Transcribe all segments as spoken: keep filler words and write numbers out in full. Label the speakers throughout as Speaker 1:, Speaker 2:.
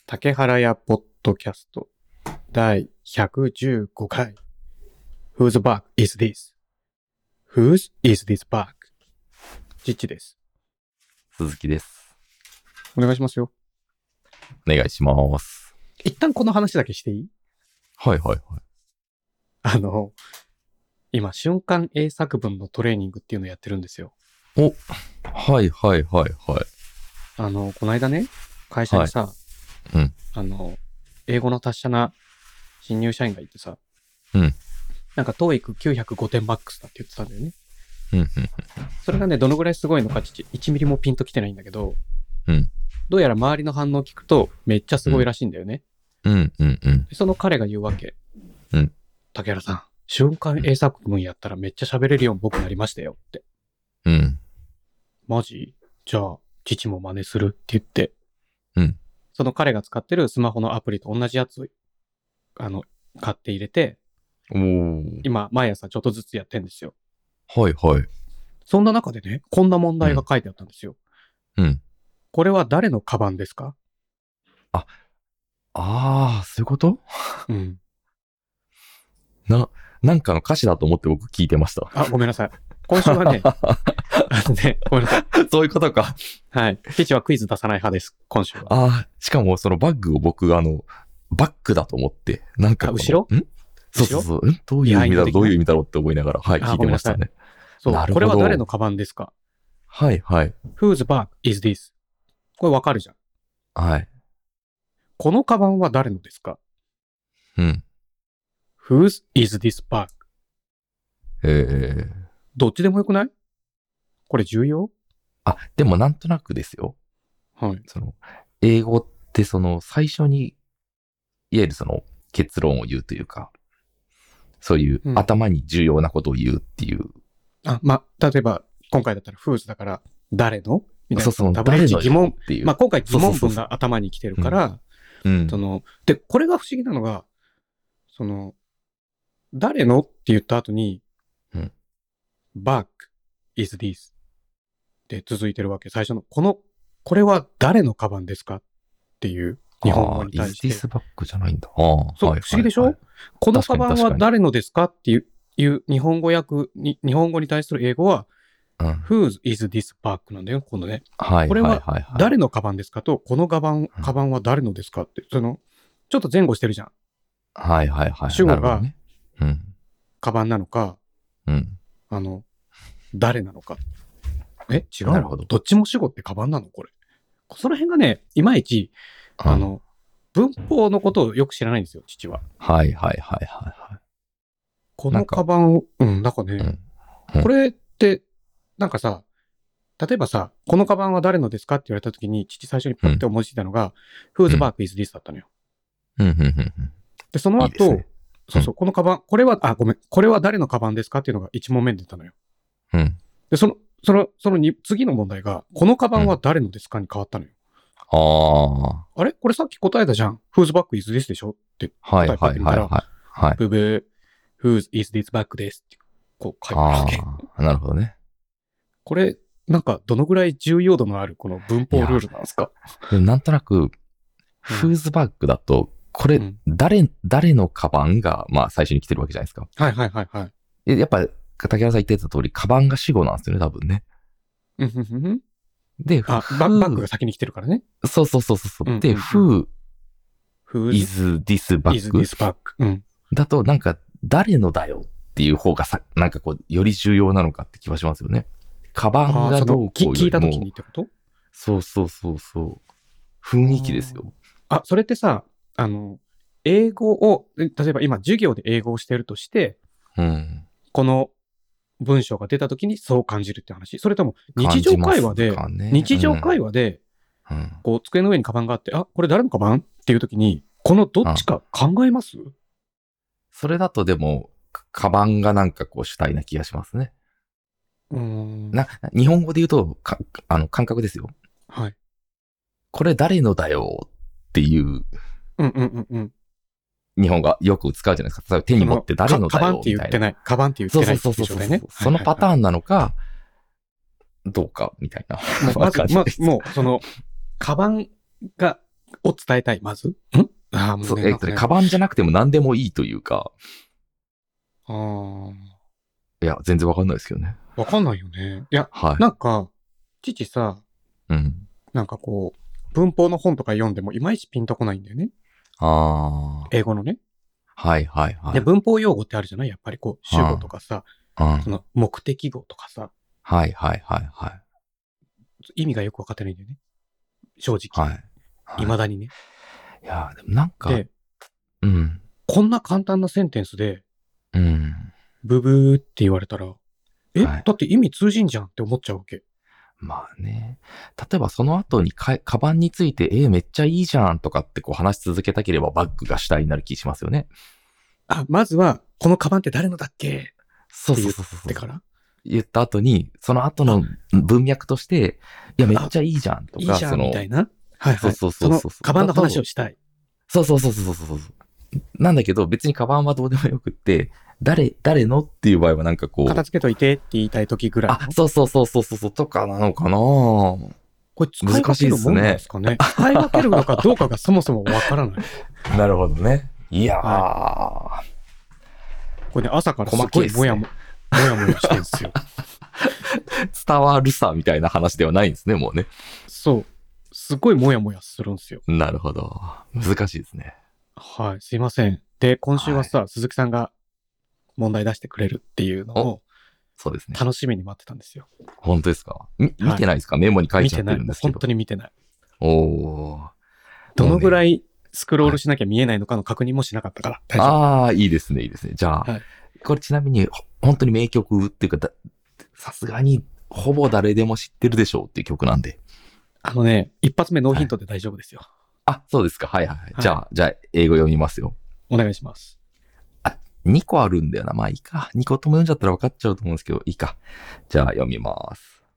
Speaker 1: 竹原屋ポッドキャスト第ひゃくじゅうごかい Whose bag is this?Whose is this bag? ジッチです。
Speaker 2: 鈴木です。
Speaker 1: お願いしますよ。
Speaker 2: お願いします。
Speaker 1: 一旦この話だけしていい？
Speaker 2: はいはいはい。
Speaker 1: あの、今、瞬間英作文のトレーニングっていうのをやってるんですよ。
Speaker 2: お、はいはいはいはい。
Speaker 1: あの、この間ね、会社にさ、
Speaker 2: はい、うん。
Speaker 1: あの、英語の達者な新入社員がいてさ、
Speaker 2: うん。
Speaker 1: なんか トーイックきゅうひゃくごてんマックスだって言ってたんだよね。
Speaker 2: うんうん。
Speaker 1: それがね、どのぐらいすごいのかいちミリもピンときてないんだけど、
Speaker 2: うん。
Speaker 1: どうやら周りの反応を聞くとめっちゃすごいらしいんだよね。
Speaker 2: うんうんうん。
Speaker 1: でその彼が言うわけ。
Speaker 2: うん。
Speaker 1: 竹原さん、瞬間英作文やったらめっちゃ喋れるように僕なりましたよって。
Speaker 2: うん。
Speaker 1: マジ？じゃあ、父も真似するって言って。
Speaker 2: うん。
Speaker 1: その彼が使ってるスマホのアプリと同じやつを、あの、買って入れて、
Speaker 2: おー。
Speaker 1: 今、毎朝ちょっとずつやってんですよ。
Speaker 2: はいはい。
Speaker 1: そんな中でね、こんな問題が書いてあったんですよ。
Speaker 2: うん。
Speaker 1: これは誰のカバンですか？
Speaker 2: あ、あー、そういうこと？
Speaker 1: うん。
Speaker 2: な、なんかの歌詞だと思って僕聞いてました。
Speaker 1: あ、ごめんなさい。今週はね、あのね、ごめんなさい。
Speaker 2: そういうことか。
Speaker 1: はい。父はクイズ出さない派です、今週は。
Speaker 2: あー、しかもそのバッグを僕、あの、バッグだと思って、なんか
Speaker 1: あ、後ろ？
Speaker 2: んそうそうそう。んどういう意味だろう、どういう意味だろうって思いながら、はい、聞いてましたね。
Speaker 1: そう。
Speaker 2: なるほど。
Speaker 1: これは誰のカバンですか？
Speaker 2: はいはい。
Speaker 1: Whose bag is this? これわかるじゃん。
Speaker 2: はい。
Speaker 1: このカバンは誰のですか？
Speaker 2: うん。
Speaker 1: Whose is this bag?
Speaker 2: えー。
Speaker 1: どっちでもよくない？これ重要？
Speaker 2: あ、でもなんとなくですよ。
Speaker 1: はい。
Speaker 2: その、英語ってその最初に、いわゆるその結論を言うというか、そういう頭に重要なことを言うっていう。うん、
Speaker 1: あ、まあ、例えば、今回だったら Whose だから、誰のみたいな。
Speaker 2: そうそう、
Speaker 1: 誰の疑問
Speaker 2: っていう。
Speaker 1: まあ、今回疑問文が頭に来てるから、
Speaker 2: うん、
Speaker 1: その、で、これが不思議なのが、その、誰のって言った後に、
Speaker 2: うん、
Speaker 1: bag is this って続いてるわけ。最初の、この、これは誰のカバンですかっていう日本語に対して。
Speaker 2: is this bag じゃないんだ。あ
Speaker 1: そう、はいはいはい、不思議でしょ？このカバンは誰のですかっていう、いう日本語訳に、日本語に対する英語は、うん、Whose is this bag なんだよ、今度ね。
Speaker 2: はい。
Speaker 1: これは誰のカバンですかと、このカバン、カバンは誰のですかって、その、ちょっと前後してるじゃん。
Speaker 2: はいはいはい。
Speaker 1: 主語が、
Speaker 2: うん、
Speaker 1: カバンなのか、
Speaker 2: うん、
Speaker 1: あの、誰なのか。え、違うの？どっちも主語ってカバンなのこれ。その辺がね、いまいち、あの、文法のことをよく知らないんですよ、父は。
Speaker 2: はいはいはいはい。
Speaker 1: このカバンを、うん、なんかね、うんうん、これって、なんかさ、例えばさ、このカバンは誰のですかって言われたときに、父最初にパッて思いついたのが、うん、Whose bag is this だったのよ。
Speaker 2: うんうんうん、
Speaker 1: で、その後、いいね、そうそう、このカバン、これは、あ、ごめん、これは誰のカバンですかっていうのが一問目に出たのよ。
Speaker 2: うん、
Speaker 1: で、その、その、そのに次の問題が、このカバンは誰のですかに変わったのよ。
Speaker 2: うん、ああ。
Speaker 1: あれこれさっき答えたじゃん。Whose bag is this でしょって答えパッてみたら、
Speaker 2: はい。
Speaker 1: ブブー、Whose is this bag ですって、こう書いてあるわけ。
Speaker 2: あなるほどね。
Speaker 1: これ、なんか、どのぐらい重要度のあるこの文法ルールなんですか？
Speaker 2: でもなんとなく、Whose bag だと、これ、うん、誰、誰のカバンが、まあ最初に来てるわけじゃないですか。
Speaker 1: はいはいはいはい。
Speaker 2: やっぱ、竹原さん言ってた通り、カバンが主語なんですよね、多分ね。
Speaker 1: うんふんふん。
Speaker 2: で、
Speaker 1: あ、バッグが先に来てるからね。
Speaker 2: そうそうそうそう。うんうんうん、で、who is this bag?
Speaker 1: is this bag? うん。
Speaker 2: だと、なんか、誰のだよっていう方がさ、なんかこう、より重要なのかって気はしますよね。カバンがどうこうよりも。
Speaker 1: 聞いたときにってこと？
Speaker 2: そうそうそうそう。雰囲気ですよ。
Speaker 1: あ、それってさ、あの、英語を、例えば今授業で英語をしてるとして、
Speaker 2: うん、
Speaker 1: この文章が出たときにそう感じるって話？それとも日常会話で、ね、日常会話で、うん、こう机の上にカバンがあって、あ、これ誰のカバンっていうときに、このどっちか考えます？うん、
Speaker 2: それだとでも、カバンがなんかこう主体な気がしますね。
Speaker 1: うーん
Speaker 2: な、日本語で言うと、か、あの、感覚ですよ。
Speaker 1: はい。
Speaker 2: これ誰のだよっていう。
Speaker 1: うんうんうんうん。
Speaker 2: 日本がよく使うじゃないですか。手に持って誰のだよみたいな。
Speaker 1: カバンって言ってない。カバンって言ってない。
Speaker 2: そうそうそうそう。そのパターンなのか、どうかみたいな。
Speaker 1: まず、まず、もう、その、カバンがを伝えたい、まず。んああ、もうね。
Speaker 2: えっとね、カバンじゃなくても何でもいいというか。
Speaker 1: ああ。
Speaker 2: いや、全然わかんないですけどね。
Speaker 1: わかんないよね。いや、
Speaker 2: はい。
Speaker 1: なんか、父さ、
Speaker 2: うん。
Speaker 1: なんかこう、文法の本とか読んでもいまいちピンとこないんだよね。
Speaker 2: ああ。
Speaker 1: 英語のね。
Speaker 2: はいはいはい。
Speaker 1: で、文法用語ってあるじゃないやっぱりこう、主語とかさ、
Speaker 2: うん、
Speaker 1: その目的語とかさ。
Speaker 2: はいはいはいはい。
Speaker 1: 意味がよくわかってないんだよね。正直。はい。はい、未だにね。
Speaker 2: いや、でもなんか、
Speaker 1: で、
Speaker 2: うん。
Speaker 1: こんな簡単なセンテンスで、
Speaker 2: うん。
Speaker 1: ブブーって言われたら、え、はい、だって意味通じんじゃんって思っちゃうわけ。
Speaker 2: まあね。例えばその後にか、カバンについて、えー、めっちゃいいじゃんとかってこう話し続けたければバッグが主体になる気しますよね。
Speaker 1: あ、まずは、このカバンって誰のだっけ
Speaker 2: そうそうそうそう。
Speaker 1: ってから
Speaker 2: 言った後に、その後の文脈として、いや、めっちゃいいじゃんとか、
Speaker 1: いいじゃんみたいな。はいはい。
Speaker 2: そうそうそうそう。
Speaker 1: そのカバンの話をしたい。
Speaker 2: そうそうそうそうそうそう。なんだけど、別にカバンはどうでもよくって、誰、誰のっていう場合はなんかこう。
Speaker 1: 片付けといてって言いたい時ぐらい。
Speaker 2: あ、そうそうそうそうそう、とかなのかな。こ
Speaker 1: れ使い分けるもんなんですかね。ね使い分けるのかどうかがそもそもわからない。
Speaker 2: なるほどね。いやー。は
Speaker 1: い、これね、朝からすごいもやも、もやもやしてるんですよ。
Speaker 2: 伝わるさみたいな話ではないんですね、もうね。
Speaker 1: そう。すごいもやもやするんですよ。
Speaker 2: なるほど。難しいですね。
Speaker 1: はい、すいません。で、今週はさ、はい、鈴木さんが問題出してくれるっていうのを、
Speaker 2: そうですね。
Speaker 1: 楽しみに待ってたんですよ。
Speaker 2: 本当ですか？み見てないですか、はい、メモに書いちゃってるんですけど。
Speaker 1: 本当に見てない。
Speaker 2: おー。
Speaker 1: どのぐらいスクロールしなきゃ見えないのかの確認もしなかったから。
Speaker 2: 大丈夫。ああ、いいですね、いいですね。じゃあ、はい、これちなみに、本当に名曲っていうか、さすがにほぼ誰でも知ってるでしょうっていう曲なんで。
Speaker 1: あのね、一発目ノーヒントで大丈夫ですよ。
Speaker 2: はい、あ、そうですか。はいはい。はい、じゃあ、じゃあ、英語読みますよ。
Speaker 1: お願いします。
Speaker 2: あ、にこあるんだよな。まあいいか。にことも読んじゃったら分かっちゃうと思うんですけど、いいか。じゃあ、読みます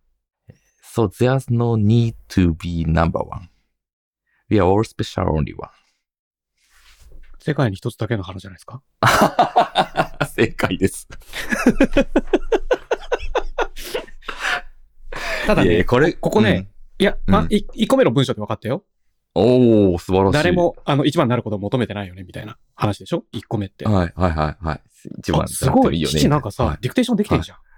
Speaker 2: 。So there's no need to be number one. We are all special only one.
Speaker 1: 世界に一つだけの花じゃないですか？
Speaker 2: 正解です。
Speaker 1: ただね、いやいやこれ、ここね、
Speaker 2: うん、
Speaker 1: いや、まあ、うん、いっこめの文章で分かったよ。
Speaker 2: おー、素晴らしい。
Speaker 1: 誰も、あの、一番になることを求めてないよね、みたいな話でしょ ?いっ 個目って。
Speaker 2: はい、はい、はい、はい。一番
Speaker 1: すごい、いいよね。父なんかさ、はい、ディクテーションできてるじゃん。はい、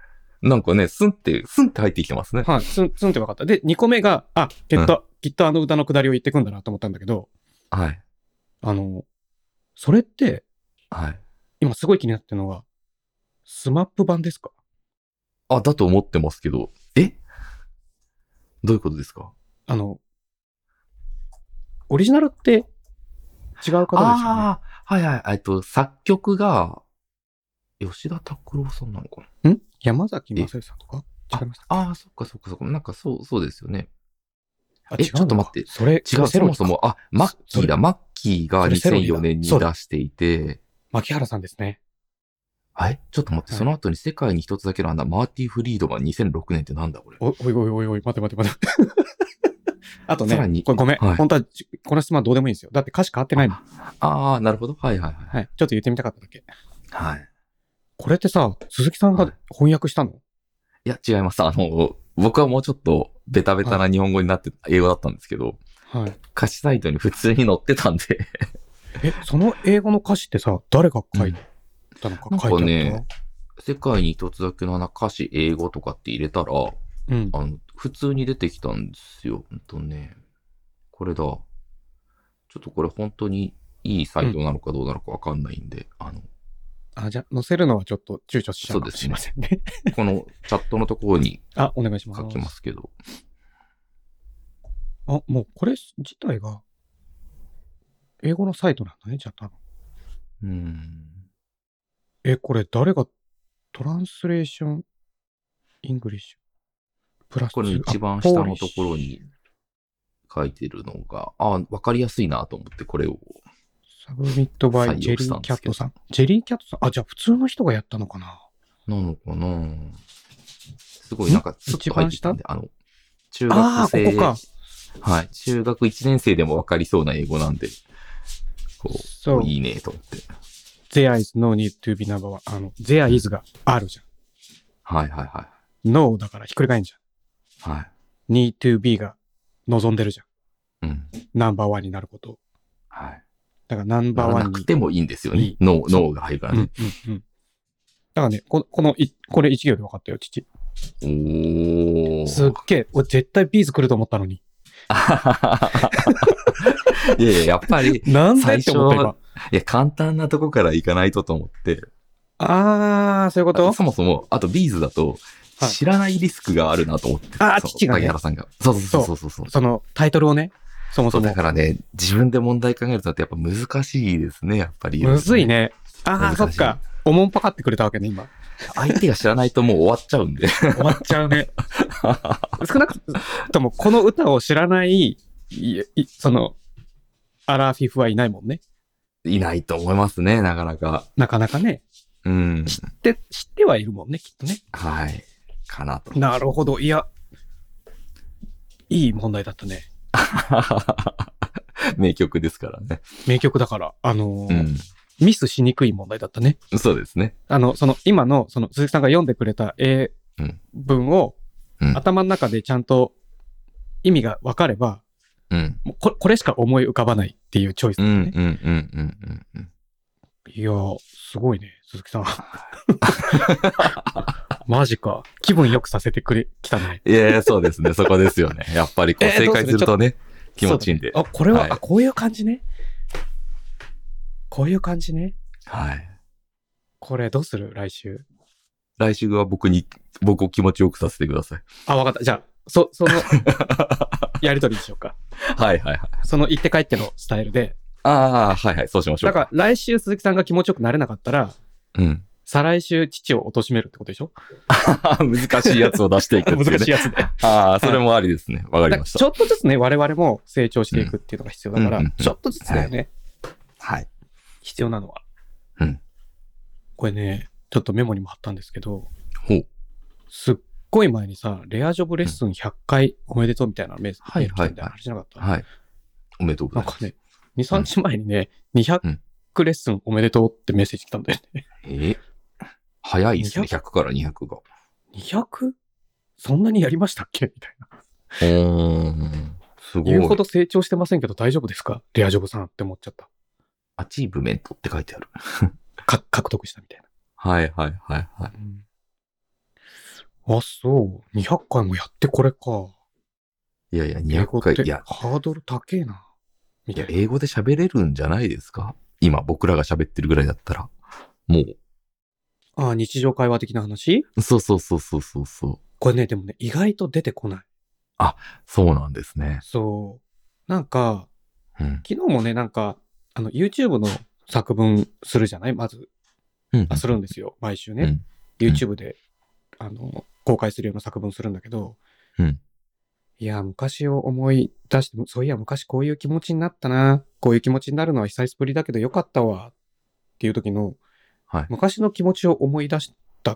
Speaker 2: なんかね、スンって、スンって入ってきてますね。
Speaker 1: はい、スン、スンって分かった。で、にこめが、あ、きっと、うん、きっとあの歌のくだりを言ってくんだなと思ったんだけど、
Speaker 2: はい。
Speaker 1: あの、それって、
Speaker 2: はい。
Speaker 1: 今すごい気になってるのが、スマップ版ですか？
Speaker 2: あ、だと思ってますけど、え？どういうことですか？
Speaker 1: あの、オリジナルって違う方ですよね。
Speaker 2: ああ、はいはい。えっと、作曲が、吉田拓郎さんなのか
Speaker 1: な？ん山崎正義さんとか違いました？
Speaker 2: ああ、そっかそっかそっか。なんかそう、そうですよね。
Speaker 1: あ、
Speaker 2: え、ちょっと待って。
Speaker 1: それ、
Speaker 2: 違う、そもそも、あ、マッキーだ。マッキーがにせんよねんに出していて。
Speaker 1: 牧原さんですね。
Speaker 2: はい、ちょっと待って、はい、その後に世界に一つだけのあんな、マーティ・フリードマンにせんろくねんってなんだこれ。
Speaker 1: おいおいおいおい、待て待て待て。あとね、
Speaker 2: さらに
Speaker 1: これごめん、はい、本当は、この質問はどうでもいいんですよ。だって歌詞変わってないもん。
Speaker 2: ああ、なるほど。はいはいはい。
Speaker 1: はい。ちょっと言ってみたかっただけ。
Speaker 2: はい。
Speaker 1: これってさ、鈴木さんが翻訳したの？はい、
Speaker 2: いや、違います。あの、僕はもうちょっとベタベタな日本語になって、はい、英語だったんですけど、
Speaker 1: はい。
Speaker 2: 歌詞サイトに普通に載ってたんで。
Speaker 1: え、その英語の歌詞ってさ、誰が書いたのか、うん、書いてあった？なんかね、
Speaker 2: 世界に一つだけの歌詞英語とかって入れたら、
Speaker 1: うん、
Speaker 2: あの普通に出てきたんですよ。ほんとね。これだ。ちょっとこれ本当にいいサイトなのかどうなのかわかんないんで、うん、あの。
Speaker 1: あ、じゃあ載せるのはちょっと躊躇しちゃうかもしれませんね。
Speaker 2: そうですね。このチャットのところに
Speaker 1: あ、お願いします。
Speaker 2: 書きますけど。
Speaker 1: あ、もうこれ自体が英語のサイトなんだね、じゃあ多分。
Speaker 2: うーん。
Speaker 1: え、これ誰がトランスレーションイングリッシュプラス
Speaker 2: これ一番下のところに書いてるのが、あ、わかりやすいなと思ってこれを。
Speaker 1: サブミットバイジェリーキャットさん。ジェリーキャットさん。あ、じゃあ普通の人がやったのかな？
Speaker 2: なのかな？すごいなんかスッと入ってたんで、あの、中学生。
Speaker 1: あ、ここか。
Speaker 2: はい。中学いちねん生でもわかりそうな英語なんで、こう、そういいねと思って。
Speaker 1: There is no need to be number one. あの、there is があるじ
Speaker 2: ゃん。はいはいはい。
Speaker 1: no だからひっくり返んじゃ
Speaker 2: ん。はい。
Speaker 1: need to be が望んでるじゃん。
Speaker 2: うん。
Speaker 1: ナンバーワンになること。
Speaker 2: はい。
Speaker 1: だからナンバーワンに。
Speaker 2: ならなくてもいいんですよね。脳、脳が入るからね。
Speaker 1: うんうんうん。だからね、ここの、これ一行で分かったよ、父。
Speaker 2: おー。
Speaker 1: すっげえ、俺絶対ビーズ来ると思ったのに。
Speaker 2: いやいや、やっぱり、
Speaker 1: なんでって思った今。
Speaker 2: いや、簡単なとこから行かないとと思って。
Speaker 1: あー、そういうこと？
Speaker 2: そもそも、あとビーズだと、知らないリスクがあるなと思って。
Speaker 1: あー、父がね。
Speaker 2: 竹原さんが。そうそうそうそうそう。
Speaker 1: そのタイトルをね、そもそも。
Speaker 2: だからね、自分で問題考えるとってやっぱ難しいですね、やっぱり。
Speaker 1: むずいね。あー、そっか。おもんぱかってくれたわけね、今。
Speaker 2: 相手が知らないともう終わっちゃうんで。
Speaker 1: 終わっちゃうね。少なくとも、この歌を知らない、いいその、アラフィフはいないもんね。
Speaker 2: いないと思いますね、なかなか。
Speaker 1: なかなかね。
Speaker 2: うん。
Speaker 1: 知って、知ってはいるもんね、きっとね。
Speaker 2: はい。かなと。
Speaker 1: なるほど。いや、いい問題だったね。
Speaker 2: 名曲ですからね。
Speaker 1: 名曲だから、あのー、
Speaker 2: うん
Speaker 1: ミスしにくい問題だったね。
Speaker 2: そうですね。
Speaker 1: あの、その、今の、その、鈴木さんが読んでくれた英文を、うん、頭の中でちゃんと意味が分かれば、うん、もうこ、これしか思い浮かばないっていうチョイスだったね。
Speaker 2: うんうんうんうんうんうん。
Speaker 1: いやー、すごいね、鈴木さん。マジか。気分良くさせてくれ、きたね。
Speaker 2: いやいや、そうですね。そこですよね。やっぱりこう、正解するとね、気持ちいいんで。
Speaker 1: あ、これは、はい、あ、こういう感じね。こういう感じね。
Speaker 2: はい。
Speaker 1: これどうする？来週。
Speaker 2: 来週は僕に、僕を気持ちよくさせてください。
Speaker 1: あ、わかった。じゃあ、そ、その、やりとりにしようか。
Speaker 2: はいはいはい。
Speaker 1: その行って帰ってのスタイルで。
Speaker 2: ああ、はいはい。そうしましょう。
Speaker 1: だから来週鈴木さんが気持ちよくなれなかったら、
Speaker 2: うん。
Speaker 1: 再来週父を貶めるってことでしょ？
Speaker 2: 難しいやつを出していくっていう、ね。
Speaker 1: 難しいやつで。
Speaker 2: ああ、それもありですね。わかりました。
Speaker 1: ちょっとずつね、我々も成長していくっていうのが必要だから、うん、ちょっとずつだよね。
Speaker 2: はい。はい
Speaker 1: 必要なのは。
Speaker 2: うん。
Speaker 1: これね、ちょっとメモにも貼ったんですけど、
Speaker 2: ほう。
Speaker 1: すっごい前にさ、レアジョブレッスンひゃっかいおめでとうみたいなメール来たみたいな話じゃなかった、
Speaker 2: はい。おめでとうございます。
Speaker 1: なんかね、に、さんにちまえにね、にひゃくレッスンおめでとうってメッセージ来たんだよね。
Speaker 2: えー、早いですね、ひゃくからにひゃくが。
Speaker 1: にひゃく？ そんなにやりましたっけみたいな。
Speaker 2: うーん。すごい。
Speaker 1: 言うほど成長してませんけど大丈夫ですかレアジョブさんって思っちゃった。
Speaker 2: アチーブメントって書いてある。
Speaker 1: か、獲得したみたいな。
Speaker 2: はいはいはいはい。
Speaker 1: うん、あ、そう。にひゃっかいもやってこれか。
Speaker 2: いやいや、にひゃっかい。いや、
Speaker 1: ハードル高えな。
Speaker 2: みたいな。いや、英語で喋れるんじゃないですか？今僕らが喋ってるぐらいだったら。もう。
Speaker 1: ああ、日常会話的な話？
Speaker 2: そうそうそうそうそうそう。
Speaker 1: これね、でもね、意外と出てこない。
Speaker 2: あ、そうなんですね。
Speaker 1: そう。なんか、
Speaker 2: うん、
Speaker 1: 昨日もね、なんか、あの、YouTube の作文するじゃないまず、
Speaker 2: うん。
Speaker 1: あ、するんですよ。毎週ね。
Speaker 2: うん、
Speaker 1: YouTube で、あの、公開するような作文するんだけど、
Speaker 2: うん。
Speaker 1: いや、昔を思い出して、そういや、昔こういう気持ちになったな。こういう気持ちになるのは久しぶりだけどよかったわ。っていう時の、
Speaker 2: はい、
Speaker 1: 昔の気持ちを思い出したって、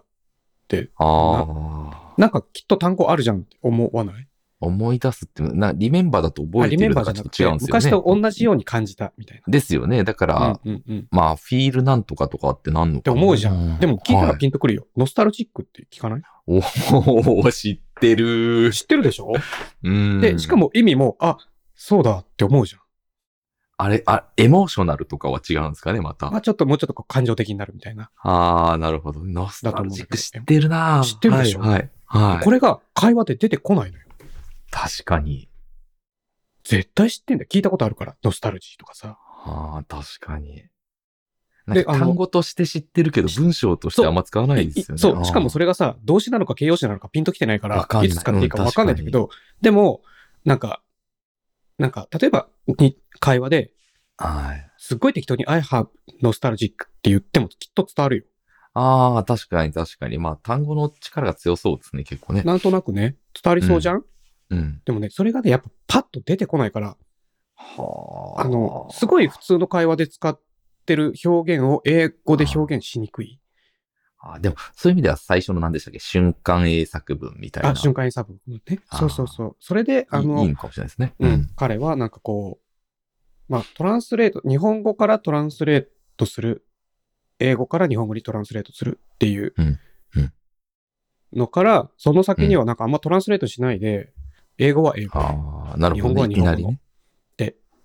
Speaker 2: あ
Speaker 1: な、なんかきっと単語あるじゃんって思わない？
Speaker 2: 思い出すって、な、リメンバーだと覚えてるのがちょっと違うんですよね。
Speaker 1: 昔と同じように感じたみたいな。
Speaker 2: ですよね。だから、
Speaker 1: うんうんうん、
Speaker 2: まあ、フィールなんとかとかってなんのかな
Speaker 1: って思うじゃん。でも聞いたらピンとくるよ。はい、ノスタルジックって聞かない？
Speaker 2: おー、知ってる。
Speaker 1: 知ってるでしょ？
Speaker 2: うん。
Speaker 1: で、しかも意味も、あ、そうだって思うじゃん。
Speaker 2: あれ、あ、エモーショナルとかは違うんですかね、また。
Speaker 1: あ、ちょっともうちょっとこう感情的になるみたいな。
Speaker 2: ああ、なるほど。ノスタルジック知ってるな。
Speaker 1: 知ってるでしょ？
Speaker 2: はい、はい。はい、
Speaker 1: これが会話で出てこないのよ。
Speaker 2: 確かに。
Speaker 1: 絶対知ってんだよ。聞いたことあるから。ノスタルジーとかさ。
Speaker 2: はあ、確かに。なんか単語として知ってるけど、文章としてあんま使わないですよね。
Speaker 1: そう。そうしかもそれがさ、動詞なのか形容詞なのかピンときてないから、いつ使っていいか分かんないんだけど、うん、でも、なんか、なんか、例えば、に会話で、
Speaker 2: はい。
Speaker 1: すっごい適当に I have nostalgic って言ってもきっと伝わるよ。
Speaker 2: ああ、確かに確かに。まあ、単語の力が強そうですね、結構ね。
Speaker 1: なんとなくね、伝わりそうじゃん？
Speaker 2: うん。うん、
Speaker 1: でもね、それがね、やっぱパッと出てこないから、
Speaker 2: はあ。
Speaker 1: あの、すごい普通の会話で使ってる表現を英語で表現しにくい。
Speaker 2: あ、でも、そういう意味では最初の何でしたっけ？瞬間英作文みたいな。
Speaker 1: あ、瞬間英作文ね。そうそうそう。それで、あの、
Speaker 2: いいかもしれないですね。
Speaker 1: うん。うん、彼はなんかこう、まあ、トランスレート、日本語からトランスレートする、英語から日本語にトランスレートするっていうのから、その先にはなんかあんまトランスレートしないで、英語は英語。
Speaker 2: ああ、なるほど、ね。
Speaker 1: 日本語は日本語の。
Speaker 2: ね、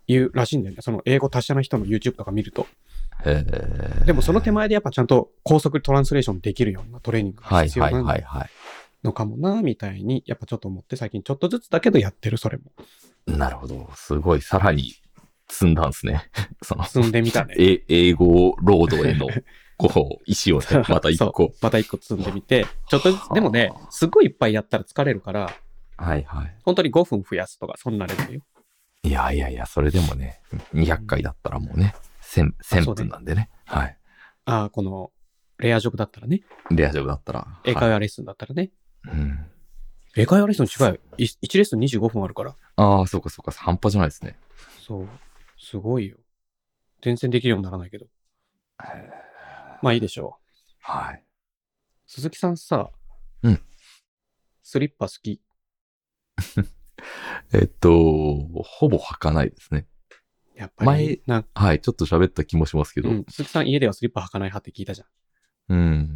Speaker 1: 言うらしいんだよね。その英語達者な人の YouTube とか見ると。
Speaker 2: へー。
Speaker 1: でもその手前でやっぱちゃんと高速トランスレーションできるようなトレーニングが必要
Speaker 2: はいはい
Speaker 1: な
Speaker 2: はいはい。
Speaker 1: のかもな、みたいに、やっぱちょっと思って最近ちょっとずつだけどやってる、それも。
Speaker 2: なるほど。すごい、さらに積んだんですね。その、
Speaker 1: 積んでみたね。
Speaker 2: え英語ロードへの、こう、石をね、また一個。
Speaker 1: また一個積んでみて、ちょっとずつ、でもね、すごいいっぱいやったら疲れるから、
Speaker 2: はいはい。
Speaker 1: 本当にごふん増やすとか、そんなレベルよ。
Speaker 2: いやいやいや、それでもね、にひゃっかいだったらもうね、せん、せんぷんなんでね。はい。
Speaker 1: ああ、この、レアジョブだったらね。
Speaker 2: レアジョブだったら。
Speaker 1: 英会話レッスンだったらね。
Speaker 2: はい、うん。
Speaker 1: 英会話レッスン違う。いちレッスンにじゅうごふんあるから。
Speaker 2: ああ、そうかそうか。半端じゃないですね。
Speaker 1: そう。すごいよ。全然できるようにならないけど。まあいいでしょう。
Speaker 2: はい。
Speaker 1: 鈴木さんさ。
Speaker 2: うん。
Speaker 1: スリッパ好き？
Speaker 2: えっと、ほぼ履かないですね。
Speaker 1: やっぱり。前、
Speaker 2: なはい、ちょっと喋った気もしますけど、
Speaker 1: うん。鈴木さん家ではスリッパ履かない派って聞いたじゃ
Speaker 2: ん。うん。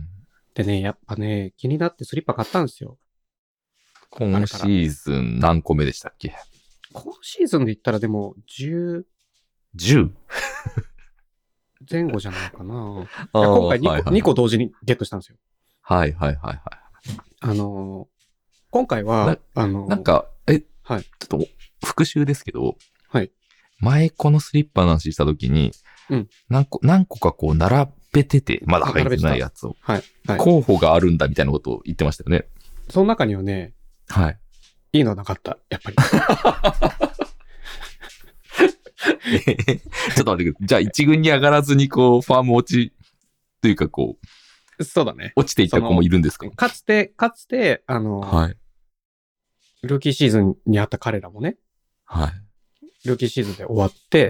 Speaker 1: でね、やっぱね、気になってスリッパ買ったんですよ。
Speaker 2: 今シーズン何個目でしたっけ？
Speaker 1: 今シーズンで言ったらでもじゅう、
Speaker 2: じゅう
Speaker 1: 前後じゃないかな。いや今回 2個、はいはい、にこ同時にゲットしたんですよ。
Speaker 2: はいはいはいはい。
Speaker 1: あのー、今回は、あのー、
Speaker 2: なんか、え、
Speaker 1: はい、
Speaker 2: ちょっと復習ですけど、
Speaker 1: はい。
Speaker 2: 前このスリッパの話したときに、
Speaker 1: うん。
Speaker 2: 何個、何個かこう並べてて、まだ履いてないやつを。
Speaker 1: はい。はい。
Speaker 2: 候補があるんだみたいなことを言ってましたよね。
Speaker 1: その中にはね、
Speaker 2: はい。
Speaker 1: いいのはなかった、やっぱり。
Speaker 2: えー、ちょっと待ってください。じゃあ一軍に上がらずにこう、ファーム落ち、というかこ
Speaker 1: う、そうだね。
Speaker 2: 落ちていった子もいるんですか？
Speaker 1: かつて、かつて、あの、
Speaker 2: はい。
Speaker 1: ルーキーシーズンにあった彼らもね、
Speaker 2: はい。
Speaker 1: ルーキーシーズンで終わって、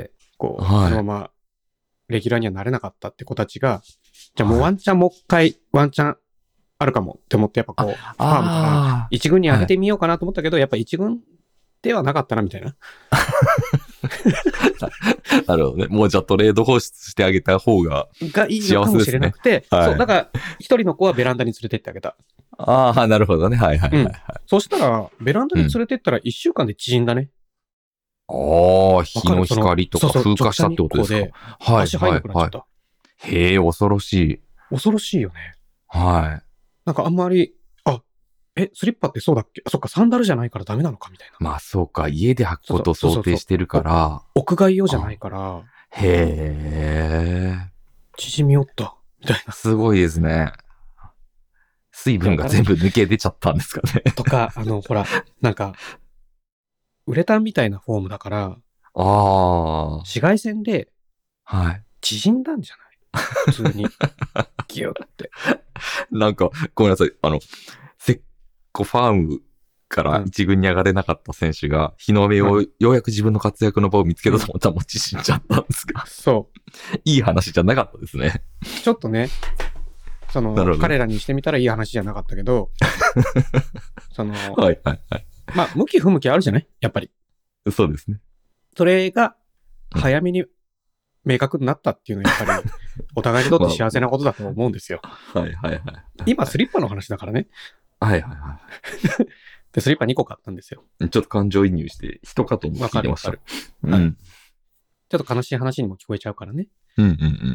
Speaker 1: こう、はい、そのまま、レギュラーにはなれなかったって子たちが、じゃあもうワンチャンもう一回、ワンチャンあるかもって思って、やっぱこう、ファームから一軍に上げてみようかなと思ったけど、はい、やっぱ一軍ではなかったな、みたいな。
Speaker 2: なるほどね。もうじゃあトレード放出してあげた方が
Speaker 1: がいいのかもしれなくて、はい、そう、だから一人の子はベランダに連れてってあげた。
Speaker 2: ああ、なるほどね。はいはいはい、はいうん。
Speaker 1: そしたら、ベランダに連れてったら一週間で縮んだね。
Speaker 2: うん、ああ、日の光とか風化したってことですか？はい。
Speaker 1: 足入らなくなっちゃった。
Speaker 2: はいはい、へえ、恐ろしい。
Speaker 1: 恐ろしいよね。
Speaker 2: はい。
Speaker 1: なんかあんまり、あ、え、スリッパってそうだっけ？あ、そっか、サンダルじゃないからダメなのかみたいな。
Speaker 2: まあそうか、家で履くことを想定してるから。そうそうそうそう
Speaker 1: 屋外用じゃないから。
Speaker 2: へえ。
Speaker 1: 縮み寄った。みたいな。
Speaker 2: すごいですね。水分が全部抜け出ちゃったんですかね。
Speaker 1: とか、あの、ほら、なんか、ウレタンみたいなフォームだから、あ
Speaker 2: あ。
Speaker 1: 紫外線で、
Speaker 2: はい。
Speaker 1: 縮んだんじゃない？普通に。ギュッて。
Speaker 2: なんか、ごめんなさい。あの、セッコファームから一軍に上がれなかった選手が、日の目を、うん、ようやく自分の活躍の場を見つけたと思ったらもう縮んじゃったんですが。
Speaker 1: そう。
Speaker 2: いい話じゃなかったですね。
Speaker 1: ちょっとね、その、彼らにしてみたらいい話じゃなかったけど、その、
Speaker 2: はいはいはい。
Speaker 1: まあ、向き不向きあるじゃないやっぱり。
Speaker 2: そうですね。
Speaker 1: それが、早めに明確になったっていうのは、やっぱり、お互いにとって幸せなことだと思うんですよ。
Speaker 2: はいはいはい。
Speaker 1: 今、スリッパの話だからね。
Speaker 2: はいはいはい。
Speaker 1: で、スリッパにこ買ったんですよ。
Speaker 2: ちょっと感情移入して、一かと思って聞いてました。わかるわかる。うん。
Speaker 1: ちょっと悲しい話にも聞こえちゃうからね。
Speaker 2: うんうんうん。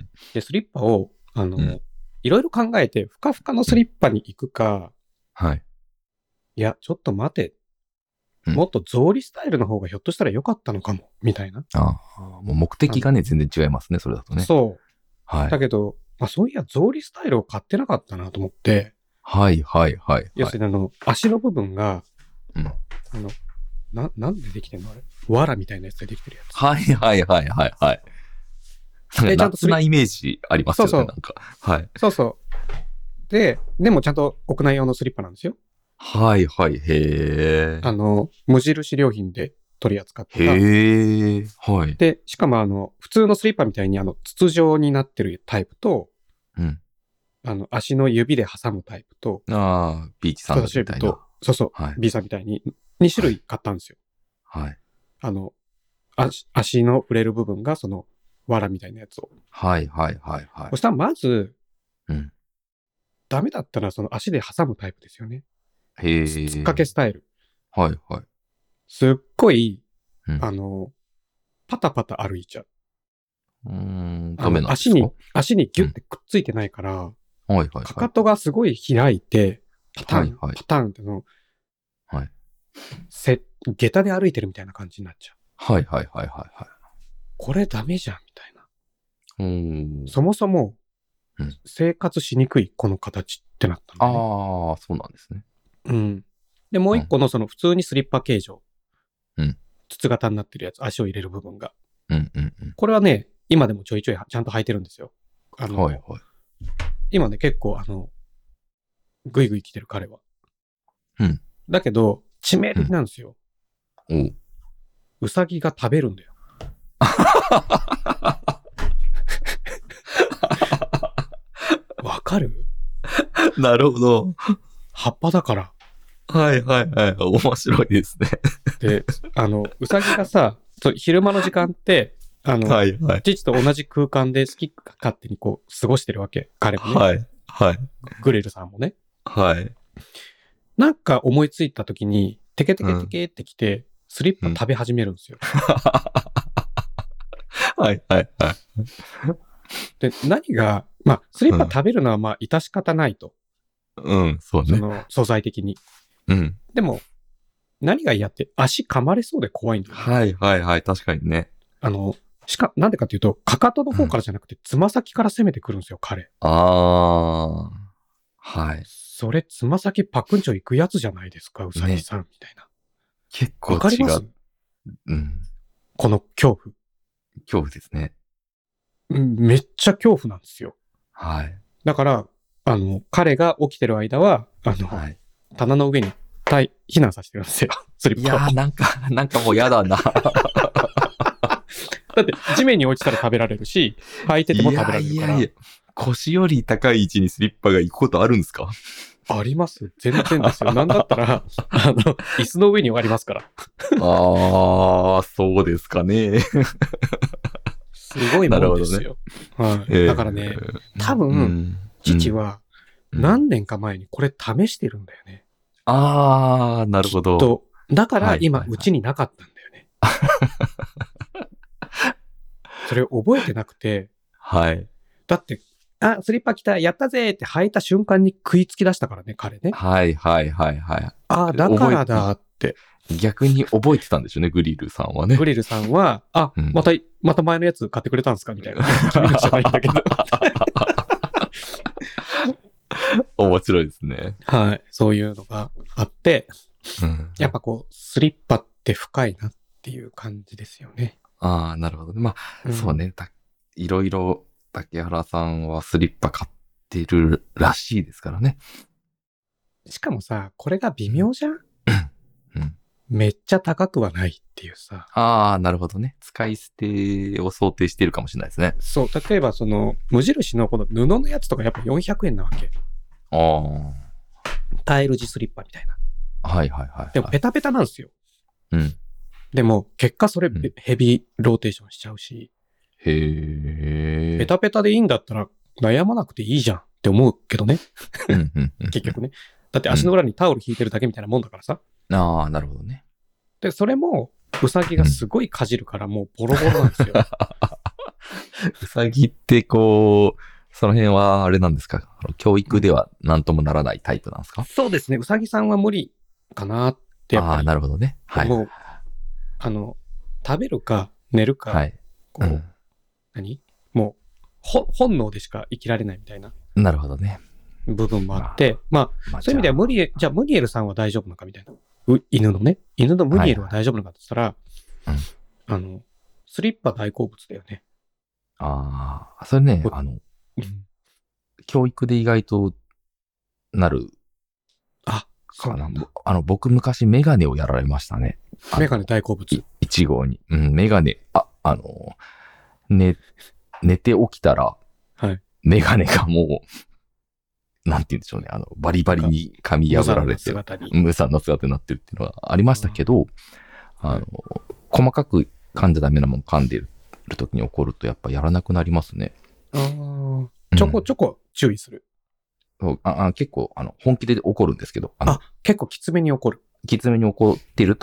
Speaker 1: で、スリッパを、あの、うんいろいろ考えて、ふかふかのスリッパに行くか、
Speaker 2: はい。
Speaker 1: いや、ちょっと待て。もっと草履スタイルの方がひょっとしたら良かったのかも、みたいな。
Speaker 2: ああ、もう目的がね、全然違いますね、それだとね。
Speaker 1: そう。
Speaker 2: はい。
Speaker 1: だけど、まあ、そういや、草履スタイルを買ってなかったなと思って。
Speaker 2: はいはいはい、はい。
Speaker 1: 要するにあの、足の部分が、
Speaker 2: うん、
Speaker 1: あの、な、なんでできてんのあれ？藁みたいなやつでできてるやつ。
Speaker 2: はいはいはいはいはい。なんか夏なイメージありますよね、
Speaker 1: そうそう
Speaker 2: なんか。はい。
Speaker 1: そうそう。で、でもちゃんと屋内用のスリッパなんですよ。
Speaker 2: はいはい、へー。
Speaker 1: あの、無印良品で取り扱ってた。
Speaker 2: へー。はい。
Speaker 1: で、しかもあの、普通のスリッパみたいにあの、筒状になってるタイプと、
Speaker 2: うん。
Speaker 1: あの、足の指で挟むタイプと、
Speaker 2: ああ、ビーチサンダルみたいな。
Speaker 1: そうそう、はい、ビーサみたいにに種類買ったんですよ。
Speaker 2: はい。
Speaker 1: あの、足、足の触れる部分がその、藁みたいなやつを。
Speaker 2: はいはいはいはい。
Speaker 1: そしたらまず、
Speaker 2: うん。
Speaker 1: ダメだったらその足で挟むタイプですよね。
Speaker 2: へー。
Speaker 1: つっかけスタイル。
Speaker 2: はいはい。
Speaker 1: すっごい、
Speaker 2: うん、
Speaker 1: あの、 パタパタ歩いちゃう。
Speaker 2: うーん、ダメなんですか？
Speaker 1: 足に、足にギュッてくっついてないから、うん、
Speaker 2: はいはいはい、
Speaker 1: かかとがすごい開いて、パタン、はいはい、パタンっての、
Speaker 2: はい。
Speaker 1: せ、下駄で歩いてるみたいな感じになっちゃう。
Speaker 2: はいはいはいはいはい。
Speaker 1: これダメじゃん、みたいな。
Speaker 2: うーん。
Speaker 1: そもそも、
Speaker 2: うん、
Speaker 1: 生活しにくい、この形ってなったんだよね。
Speaker 2: ああ、そうなんですね。
Speaker 1: うん。で、もう一個のその普通にスリッパ形状。
Speaker 2: うん。
Speaker 1: 筒型になってるやつ、足を入れる部分が。
Speaker 2: うんうんうん。
Speaker 1: これはね、今でもちょいちょいちゃんと履いてるんですよ。あの、
Speaker 2: はいはい。
Speaker 1: 今ね、結構あの、ぐいぐい来てる彼は。
Speaker 2: うん。
Speaker 1: だけど、致命的なんですよ。
Speaker 2: うん、
Speaker 1: うさぎが食べるんだよ。わかる？
Speaker 2: なるほど。
Speaker 1: 葉っぱだから。
Speaker 2: はいはいはい。面白いですね。
Speaker 1: で、あの、うさぎがさ、昼間の時間って、あの、はいはい、父と同じ空間で好き勝手にこう過ごしてるわけ。彼もね。
Speaker 2: はいはい。
Speaker 1: グレルさんもね。
Speaker 2: はい。
Speaker 1: なんか思いついた時に、テケテケテケってきて、うん、スリッパ食べ始めるんですよ。
Speaker 2: うん、はいはいはい。
Speaker 1: で、何が、まあ、スリッパ食べるのはまあ、致し方ないと。
Speaker 2: うん、そうね。
Speaker 1: その、素材的に。
Speaker 2: うん。
Speaker 1: でも、何が嫌って、足噛まれそうで怖いんだよね。
Speaker 2: はいはいはい、確かにね。
Speaker 1: あの、しか、なんでかっていうと、かかとの方からじゃなくて、つま先から攻めてくるんですよ、彼。
Speaker 2: ああ。はい。
Speaker 1: それ、つま先パクンチョ行くやつじゃないですか、うさぎさん、ね、みたいな。
Speaker 2: 結構違う。
Speaker 1: わかります？
Speaker 2: うん。
Speaker 1: この恐怖。
Speaker 2: 恐怖ですね。
Speaker 1: うん、めっちゃ恐怖なんですよ。
Speaker 2: はい。
Speaker 1: だから、あの、彼が起きてる間は、あの、はい、棚の上に避難させてるんですよ、スリッパを。
Speaker 2: いやー、なんか、なんかもうやだな。
Speaker 1: だって、地面に落ちたら食べられるし、履いてても食べられるから。いやいやいや、
Speaker 2: 腰より高い位置にスリッパが行くことあるんですか？
Speaker 1: あります。全然ですよ。なんだったら、あの、椅子の上にありますから。
Speaker 2: ああ、そうですかね。
Speaker 1: すごいもんですよ。ね、はい、えー。だからね、多分、うん、父は何年か前にこれ試してるんだよね。
Speaker 2: うん、ああ、なるほど。
Speaker 1: と、だから今、うちになかったんだよね。それを覚えてなくて。
Speaker 2: はい。
Speaker 1: だって、あ、スリッパ来た、やったぜって履いた瞬間に食いつき出したからね、彼ね。
Speaker 2: はいはいはいはい。
Speaker 1: あ、だからだって。
Speaker 2: 逆に覚えてたんでしょうね、グリルさんはね。
Speaker 1: グリルさんは、あ、うん、また、また前のやつ買ってくれたんですかみたいな。君のじゃないんだけど。
Speaker 2: 面白いですね。
Speaker 1: はい。そういうのがあって、うん、やっぱこう、スリッパって深いなっていう感じですよね。
Speaker 2: ああ、なるほど。まあ、うん、そうね。いろいろ、竹原さんはスリッパ買ってるらしいですからね。
Speaker 1: しかもさ、これが微妙じゃん、
Speaker 2: うん、
Speaker 1: めっちゃ高くはないっていうさ。
Speaker 2: ああ、なるほどね。使い捨てを想定しているかもしれないですね。
Speaker 1: そう。例えばその、無印のこの布のやつとかやっぱよんひゃくえんなわけ。
Speaker 2: ああ。
Speaker 1: タイル地スリッパみたいな。
Speaker 2: はいはいはい、はい。
Speaker 1: でもペタペタなんですよ。
Speaker 2: うん。
Speaker 1: でも結果それ、うん、ヘビーローテーションしちゃうし。
Speaker 2: へえ。
Speaker 1: ペタペタでいいんだったら悩まなくていいじゃんって思うけどね。
Speaker 2: うんうんうん、
Speaker 1: 結局ね。だって足の裏にタオル引いてるだけみたいなもんだからさ。
Speaker 2: うん、ああ、なるほどね。
Speaker 1: で、それも、うさぎがすごいかじるからもうボロボロなんですよ。
Speaker 2: うさぎってこう、その辺はあれなんですか？教育では何ともならないタイプなんですか？
Speaker 1: そうですね。うさぎさんは無理かなってやっぱり。
Speaker 2: ああ、なるほどね。はい。
Speaker 1: もう、あの、食べるか寝るか、
Speaker 2: はい、
Speaker 1: こう、うん、何もう、ほ、本能でしか生きられないみたいな。
Speaker 2: なるほどね。
Speaker 1: 部分もあって、まあ、まあ、そういう意味ではムリエ、じゃあムニエルさんは大丈夫なのかみたいな。う犬のね。犬のムニエルは大丈夫なのかって言ったら、はいはい、あの、スリッパ大好物だよね。
Speaker 2: ああ、それね、あの、うん、教育で意外となる。
Speaker 1: あ、そうなんだ。
Speaker 2: あの、僕昔メガネをやられましたね。
Speaker 1: メガネ大好物。
Speaker 2: いち号に。うん、メガネ、あ、あの、寝、寝て起きたら、
Speaker 1: はい。
Speaker 2: メガネがもう、なんて言うんでしょうね。あの、バリバリに噛み破られて、無惨な姿になってるっていうのがありましたけど、あの、細かく噛んじゃダメなもの噛んでる時に起こるとやっぱやらなくなりますね。
Speaker 1: ああ、ちょこちょこ注意する。
Speaker 2: うん、ああ結構、あの、本気で起こるんですけど。あ
Speaker 1: あ、結構きつめに起こる。
Speaker 2: きつめに起こってると、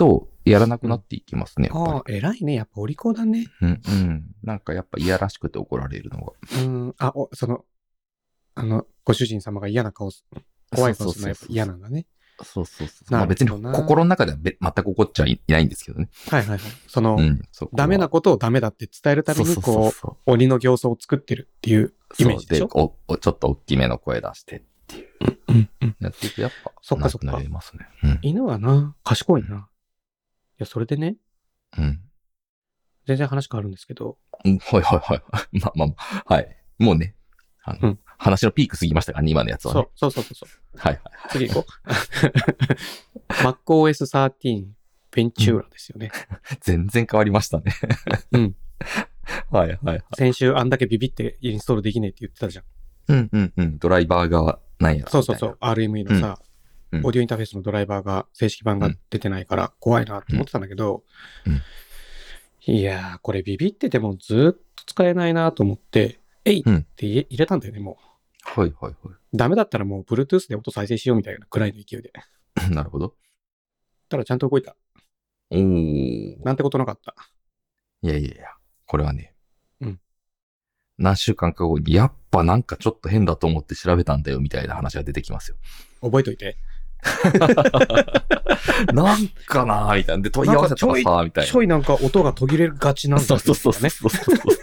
Speaker 2: やらなくなっていきますね、
Speaker 1: うん、やっぱり。ああ、偉いね。やっぱお利口だね。
Speaker 2: うん、うん。なんかやっぱいやらしくて怒られるのが。
Speaker 1: うん、あ、お、その、あの、ご主人様が嫌な顔す、怖い顔するのはやっぱ嫌なんだね。
Speaker 2: そうそうそう。まあ別に心の中では全く怒っちゃいないんですけどね。
Speaker 1: はいはいはい。その、うん、そダメなことをダメだって伝えるために、こう、鬼の形相を作ってるっていうイメージでしょ。
Speaker 2: そうでお、ちょっと大きめの声出してっていう。
Speaker 1: うんうん、
Speaker 2: やっていくとやっぱ、
Speaker 1: そっかそっか。
Speaker 2: なりますね。うん、
Speaker 1: 犬はな、賢いな。いや、それでね。
Speaker 2: うん。
Speaker 1: 全然話変わるんですけど。
Speaker 2: うん、はいはいはい。まあまあ、はい。もうね。あの、うん、話のピーク過ぎましたからね、今のやつはね。
Speaker 1: そうそうそうそう。
Speaker 2: はいはいはい。
Speaker 1: 次行こう。MacOS じゅうさん Ventura ですよね、
Speaker 2: うん。全然変わりましたね。
Speaker 1: うん。
Speaker 2: はいはいはい。
Speaker 1: 先週あんだけビビってインストールできねえって言ってたじゃん。
Speaker 2: うんうんうん。ドライバーがないや
Speaker 1: そうそうそう。アールエムイー のさ、うん、オーディオインターフェースのドライバーが正式版が出てないから怖いなって思ってたんだけど、
Speaker 2: うんうん
Speaker 1: いやー、これビビっててもずっと使えないなと思って、えいって入れたんだよね、も
Speaker 2: う。はいはいはい。
Speaker 1: ダメだったらもう Bluetooth で音再生しようみたいなくらいの勢いで。
Speaker 2: なるほど。
Speaker 1: ただちゃんと動いた。
Speaker 2: おー。
Speaker 1: なんてことなかった。
Speaker 2: いやいやいや、これはね。
Speaker 1: うん。
Speaker 2: 何週間か後に、やっぱなんかちょっと変だと思って調べたんだよみたいな話が出てきますよ。
Speaker 1: 覚えといて。
Speaker 2: なんかなーみたいな。で、問い合わせたらさ、みたいな。
Speaker 1: ちょいなんか音が途切れがちなんだよね。
Speaker 2: そうそうそうそうそうそう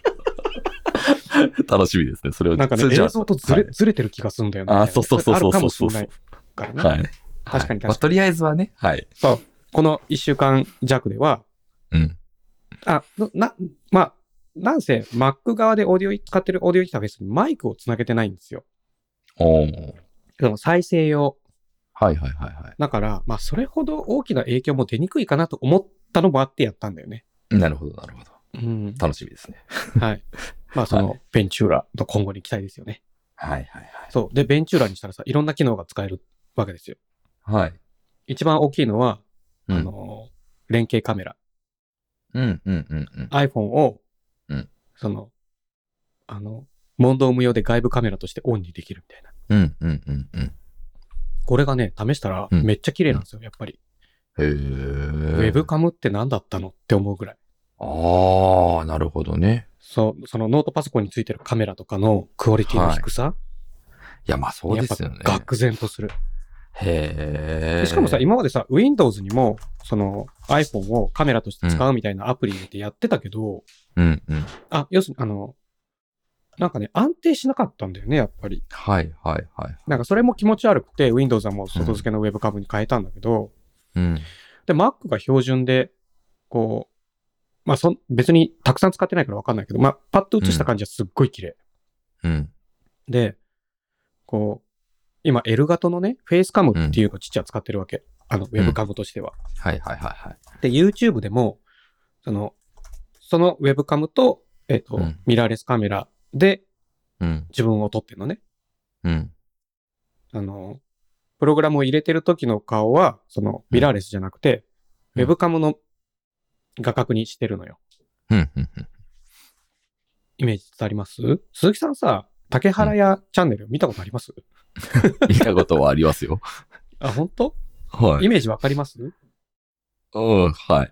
Speaker 2: 楽しみですね。それを
Speaker 1: なんかね、映像とずれ、はい、ずれてる気がするんだよね。
Speaker 2: あ、そうそうそうそうそう。あるかもしれ
Speaker 1: ないからね。
Speaker 2: はい。
Speaker 1: 確かに確かに。
Speaker 2: まあ、とりあえずはね。はい。
Speaker 1: そう。このいっしゅうかん弱では、
Speaker 2: うん。
Speaker 1: あ、な、まあ、なんせ Mac 側でオーディオ使ってるオーディオインターフェースにマイクをつなげてないんですよ。
Speaker 2: おー。
Speaker 1: その再生用。
Speaker 2: はいはいはいはい。
Speaker 1: だから、まあ、それほど大きな影響も出にくいかなと思ったのもあってやったんだよね。
Speaker 2: なるほどなるほど。
Speaker 1: うん。
Speaker 2: 楽しみですね。
Speaker 1: はい。まあ、その、ベンチューラの今後に期待ですよね。
Speaker 2: はいはいはい。
Speaker 1: そう。で、ベンチューラにしたらさ、いろんな機能が使えるわけですよ。
Speaker 2: はい。
Speaker 1: 一番大きいのは、
Speaker 2: うん、
Speaker 1: あの、連携カメラ。
Speaker 2: うんうんうんうん。
Speaker 1: iPhone を、
Speaker 2: うん、
Speaker 1: その、あの、問答無用で外部カメラとしてオンにできるみたいな。
Speaker 2: うんうんうんうん。
Speaker 1: これがね、試したらめっちゃ綺麗なんですよ、やっぱり。
Speaker 2: へー。
Speaker 1: ウェブカムって何だったのって思うぐらい。
Speaker 2: ああ、なるほどね。
Speaker 1: そう、そのノートパソコンについてるカメラとかのクオリティの低さ。はい、
Speaker 2: いや、まあそうですよね。
Speaker 1: やっぱ愕然とする。
Speaker 2: へー。
Speaker 1: しかもさ、今までさ、Windows にも、その iPhone をカメラとして使うみたいなアプリでやってたけど、
Speaker 2: うんうん。
Speaker 1: あ、要するに、あの、なんかね、安定しなかったんだよね、やっぱり。
Speaker 2: はいはいはい。
Speaker 1: なんかそれも気持ち悪くて、Windows はもう外付けのウェブカムに変えたんだけど、
Speaker 2: うん。
Speaker 1: で、Mac が標準で、こう、まあそ、別にたくさん使ってないからわかんないけど、まあ、パッと映した感じはすっごい綺麗。
Speaker 2: うん。
Speaker 1: で、こう、今 L 型のね、フェイスカムっていうのを父は使ってるわけ。あの、ウェブカムとしては。
Speaker 2: うん、はいはいはいはい。
Speaker 1: で、YouTube でも、その、そのウェブカムと、えっと、うん、ミラーレスカメラで、自分を撮ってんのね。
Speaker 2: うん。
Speaker 1: あの、プログラムを入れてる時の顔は、その、ミラーレスじゃなくて、うん、ウェブカムの画角にしてるのよ。
Speaker 2: うん。
Speaker 1: イメージ伝わります？鈴木さんさ、竹原屋チャンネル見たことあります？
Speaker 2: 見たことはありますよ。
Speaker 1: あ、本当？
Speaker 2: はい。
Speaker 1: イメージわかります？
Speaker 2: うん、はい。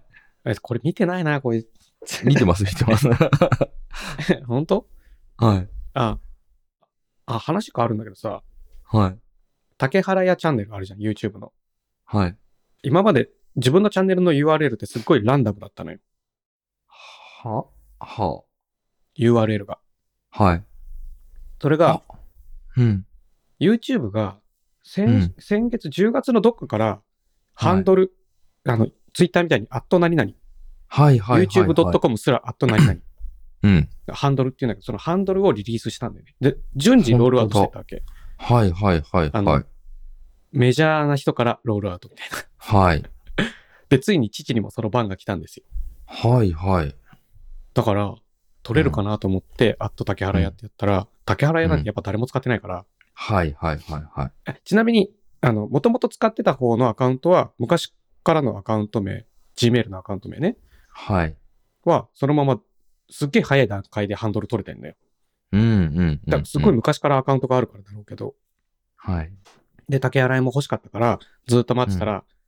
Speaker 1: これ見てないな、これ。
Speaker 2: 見てます、見てます。
Speaker 1: 本当？
Speaker 2: はい。
Speaker 1: あ、あ、話変わるんだけどさ。
Speaker 2: はい。
Speaker 1: 竹原屋チャンネルあるじゃん、YouTube の。
Speaker 2: はい。
Speaker 1: 今まで自分のチャンネルの ユーアールエル ってすっごいランダムだったのよ。
Speaker 2: はは
Speaker 1: ユーアールエル が。
Speaker 2: はい。
Speaker 1: それが、
Speaker 2: うん。
Speaker 1: YouTube が先、うん、先月じゅうがつのどっかから、ハンドル、はい、あの、Twitter みたいに、アット何々。
Speaker 2: はいはいはい、はい。
Speaker 1: ユーチューブドットコム すら、アット何々。
Speaker 2: うん。
Speaker 1: ハンドルっていうんだけど、そのハンドルをリリースしたんだよね。で、順次ロールアウトしてたわけ。
Speaker 2: はいはいはい、はい。
Speaker 1: あの、メジャーな人からロールアウトみたいな。
Speaker 2: はい。
Speaker 1: で、ついに父にもその番が来たんですよ。
Speaker 2: はいはい。
Speaker 1: だから、取れるかなと思って、アット竹原屋ってやったら、うん、竹原屋なんてやっぱ誰も使ってないから。
Speaker 2: はいはいはいはい。
Speaker 1: ちなみに、あの、もともと使ってた方のアカウントは、昔からのアカウント名、Gmail のアカウント名ね。
Speaker 2: はい。
Speaker 1: は、そのまま、すっげえ早い段階でハンドル取れてんのよ。
Speaker 2: うんうん、うん。
Speaker 1: だからすごい昔からアカウントがあるからだろうけど。
Speaker 2: はい。
Speaker 1: で、竹原屋も欲しかったから、ずっと待ってたら、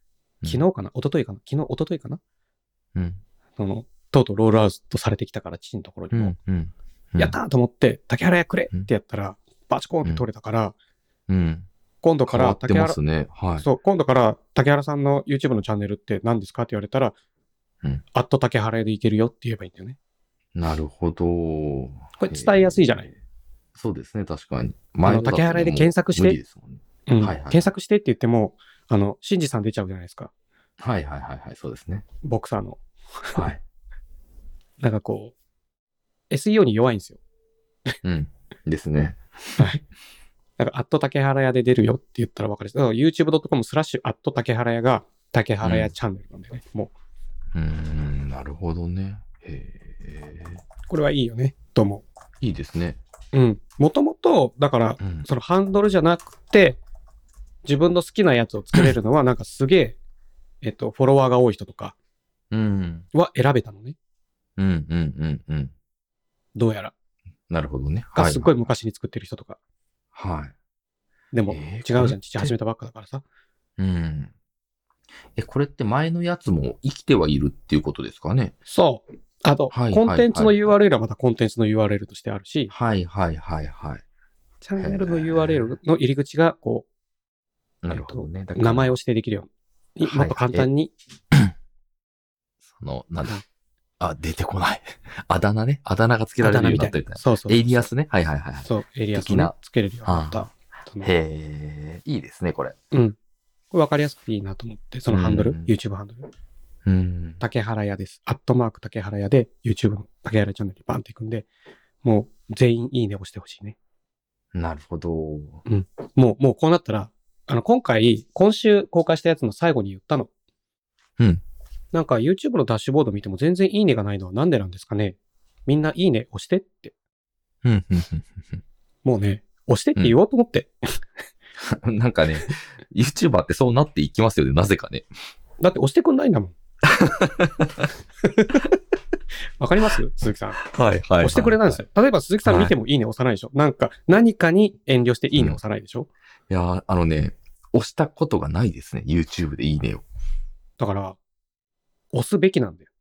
Speaker 1: 昨日かな、一昨日かな、昨日、一昨日かな、
Speaker 2: うん。
Speaker 1: その、とうとうロールアウトされてきたから、父のところにも。
Speaker 2: うん。うん。
Speaker 1: やったーと思って、竹原屋くれってやったら、バチコーンって取れたから、
Speaker 2: うん。
Speaker 1: 今度から
Speaker 2: 竹原、ね、はい。
Speaker 1: そう、今度から竹原さんの YouTube のチャンネルって何ですかって言われたら、うん。アット竹原屋でいけるよって言えばいいんだよね。
Speaker 2: なるほど。こ
Speaker 1: れ伝えやすいじゃない。
Speaker 2: そうですね、確かに。
Speaker 1: あの、竹原屋で検索して、ね、うん、はいはい、検索してって言っても、あの、シンジさん出ちゃうじゃないですか。
Speaker 2: はいはいはいはい、そうですね。
Speaker 1: ボクサーの。
Speaker 2: はい。
Speaker 1: なんかこう、エスイーオー に弱いんですよ。
Speaker 2: うん。ですね。
Speaker 1: はい。だから、アット竹原屋で出るよって言ったら分かります。だから ユーチューブドットコム スラッシュアット竹原屋が竹原屋チャンネルなんでね、うん、も
Speaker 2: う。うーん、なるほどね。へえ。
Speaker 1: これはいいよね、と思う。
Speaker 2: いいですね。
Speaker 1: うん。もともと、だから、うん、そのハンドルじゃなくて、自分の好きなやつを作れるのは、なんかすげえ、えっと、フォロワーが多い人とか、うん。は選べたのね。
Speaker 2: うんうんうんうん。
Speaker 1: どうやら。
Speaker 2: なるほどね。
Speaker 1: がすっごい昔に作ってる人とか。
Speaker 2: はい。
Speaker 1: でも、えー、違うじゃん。父始めたばっかだからさ。
Speaker 2: うん。え、これって前のやつも生きてはいるっていうことですかね？
Speaker 1: そう。あと、はいはいはいはい、コンテンツの ユーアールエル はまたコンテンツの ユーアールエル としてあるし。
Speaker 2: はいはいはいはい。
Speaker 1: チャンネルの ユーアールエル の入り口が、こ
Speaker 2: う、なるほどね。
Speaker 1: えっと、名前を指定できるように、もっと簡単に。
Speaker 2: その、なんだ。あ、出てこない。あだ名ね。あだ名がつけられるようになったみたいな。
Speaker 1: そうそうそう。
Speaker 2: エイリアスね。はいはいはい。
Speaker 1: そう、エイリアスね。つけれるようになった。
Speaker 2: へえ、いいですね、これ。
Speaker 1: うん。これ分かりやすくていいなと思って、そのハンドル、YouTube ハンドル。うん。竹原屋です。アットマーク竹原屋で YouTube の竹原チャンネルにバンっていくんで、もう全員いいね押してほしいね。
Speaker 2: なるほど。
Speaker 1: うん。もう、もうこうなったら、あの、今回、今週公開したやつの最後に言ったの。
Speaker 2: うん。
Speaker 1: なんか YouTube のダッシュボード見ても全然いいねがないのはなんでなんですかね。みんないいね押してって。
Speaker 2: うん。
Speaker 1: もうね、押してって言おうと思って。
Speaker 2: うん、なんかね、YouTuber ってそうなっていきますよね、なぜかね。
Speaker 1: だって押してくんないんだもん。わかります鈴木さん。
Speaker 2: はいはい、はい。
Speaker 1: 押してくれないんですよ。例えば鈴木さん見てもいいね押さないでしょ、はい、なんか何かに遠慮していいね押さないでしょ、
Speaker 2: うん、いやー、あのね、押したことがないですね。YouTube でいいねを。
Speaker 1: だから、押すべきなんだよ。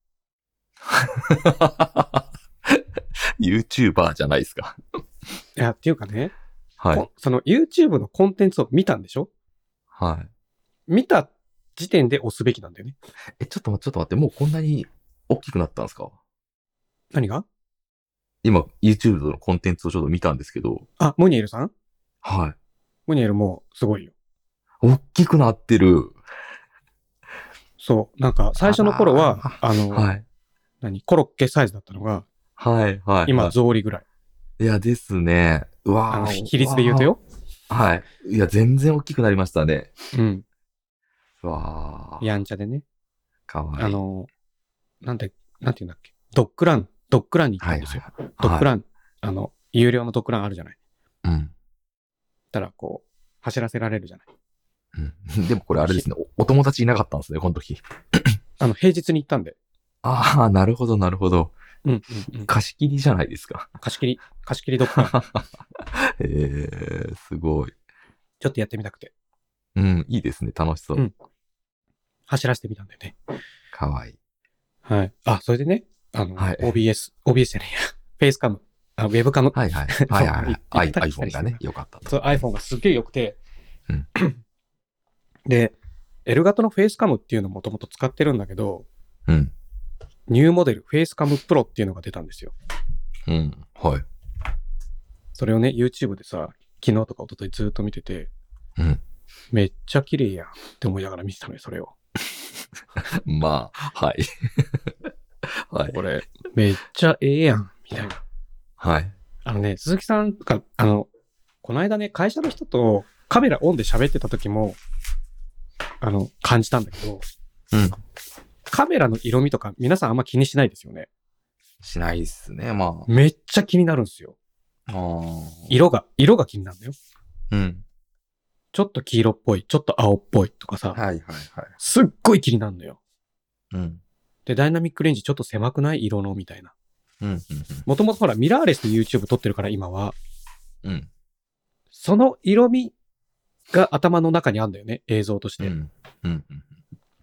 Speaker 2: YouTuber じゃないですか。
Speaker 1: いや、っていうかね。
Speaker 2: はい。
Speaker 1: その YouTube のコンテンツを見たんでしょ？
Speaker 2: はい。
Speaker 1: 見た時点で押すべきなんだよね。
Speaker 2: え、ちょっと待って、ちょっと待って、もうこんなに大きくなったんですか？
Speaker 1: 何が？
Speaker 2: 今、YouTube のコンテンツをちょっと見たんですけど。
Speaker 1: あ、ムニエルさん？
Speaker 2: はい。
Speaker 1: ムニエルもうすごいよ。
Speaker 2: 大きくなってる。
Speaker 1: そう。なんか、最初の頃は、あ, あの、
Speaker 2: はい。
Speaker 1: 何コロッケサイズだったのが、
Speaker 2: はい、はい。
Speaker 1: 今、草履ぐらい。
Speaker 2: いや、ですね。うわ
Speaker 1: あの、比率で言うとよ。
Speaker 2: はい。いや、全然大きくなりましたね。
Speaker 1: うん。
Speaker 2: うわ
Speaker 1: やんちゃでね。
Speaker 2: かわいい。
Speaker 1: あの、なんて、なんて言うんだっけ。ドッグラン、ドッグランに行ったんですよ。はいはいはい、ドッグラン、はい、あの、有料のドッグランあるじゃない。
Speaker 2: うん。
Speaker 1: たら、こう、走らせられるじゃない。
Speaker 2: うん。でもこれあれですねお。お友達いなかったんですね、この時。
Speaker 1: あの、平日に行ったんで。
Speaker 2: ああ、なるほど、なるほど。
Speaker 1: うん、うん、うん。
Speaker 2: 貸し切りじゃないですか。
Speaker 1: 貸し切り、貸し切りドッグラン。
Speaker 2: へえ、すごい。
Speaker 1: ちょっとやってみたくて。
Speaker 2: うん、いいですね、楽しそう。うん。
Speaker 1: 走らせてみたんだよね。
Speaker 2: かわいい。
Speaker 1: はい。あ、それでね、あの、
Speaker 2: はい、
Speaker 1: オービーエス、オービーエス じゃねえや。フェイスカム。あ、ウェブカム。
Speaker 2: はいはい。はいはいはい。iPhone がね、良かった。
Speaker 1: そう、iPhone がすっげえ良くて。
Speaker 2: うん。
Speaker 1: で、エルガトのフェイスカムっていうのをもともと使ってるんだけど、
Speaker 2: うん。
Speaker 1: ニューモデル、フェイスカムプロっていうのが出たんですよ。
Speaker 2: うん。はい。
Speaker 1: それをね、YouTube でさ、昨日とか一昨日ずっと見てて、
Speaker 2: うん。
Speaker 1: めっちゃ綺麗やんって思いながら見てたのよ、それを。
Speaker 2: まあ、はい。はい。
Speaker 1: これ、めっちゃええやん、みたいな。
Speaker 2: はい。
Speaker 1: あのね、鈴木さんとか、あの、この間ね、会社の人とカメラオンで喋ってた時も、あの、感じたんだけど、
Speaker 2: うん。
Speaker 1: カメラの色味とか皆さんあんま気にしないですよね。
Speaker 2: しないっすね、まあ。
Speaker 1: めっちゃ気になるんですよ。
Speaker 2: ああ。
Speaker 1: 色が、色が気になるんだよ。
Speaker 2: うん。
Speaker 1: ちょっと黄色っぽい、ちょっと青っぽいとかさ。
Speaker 2: はいはいはい。
Speaker 1: すっごい気になるんだよ。
Speaker 2: うん。
Speaker 1: で、ダイナミックレンジちょっと狭くない色のみたいな。
Speaker 2: うんうんうん。
Speaker 1: もともとほら、ミラーレスで YouTube 撮ってるから今は。
Speaker 2: うん。
Speaker 1: その色味が頭の中にあるんだよね、映像として。
Speaker 2: うん。うんうん。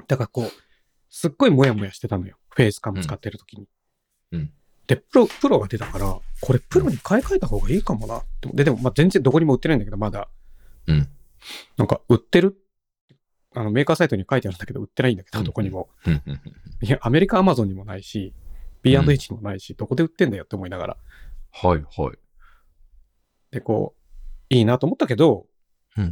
Speaker 1: だからこう、すっごいモヤモヤしてたのよ。フェイスカム使ってる時に。
Speaker 2: うん。
Speaker 1: で、プロ、プロが出たから、これプロに買い替えた方がいいかもなって。で、でも、まあ、全然どこにも売ってないんだけど、まだ。
Speaker 2: うん。
Speaker 1: なんか、売ってるあの、メーカーサイトに書いてあるんだけど、売ってないんだけど、どこにも。いや、アメリカアマゾンにもないし、ビーアンドエイチ にもないし、どこで売ってんだよって思いながら。
Speaker 2: はいはい。
Speaker 1: で、こう、いいなと思ったけど、
Speaker 2: うん。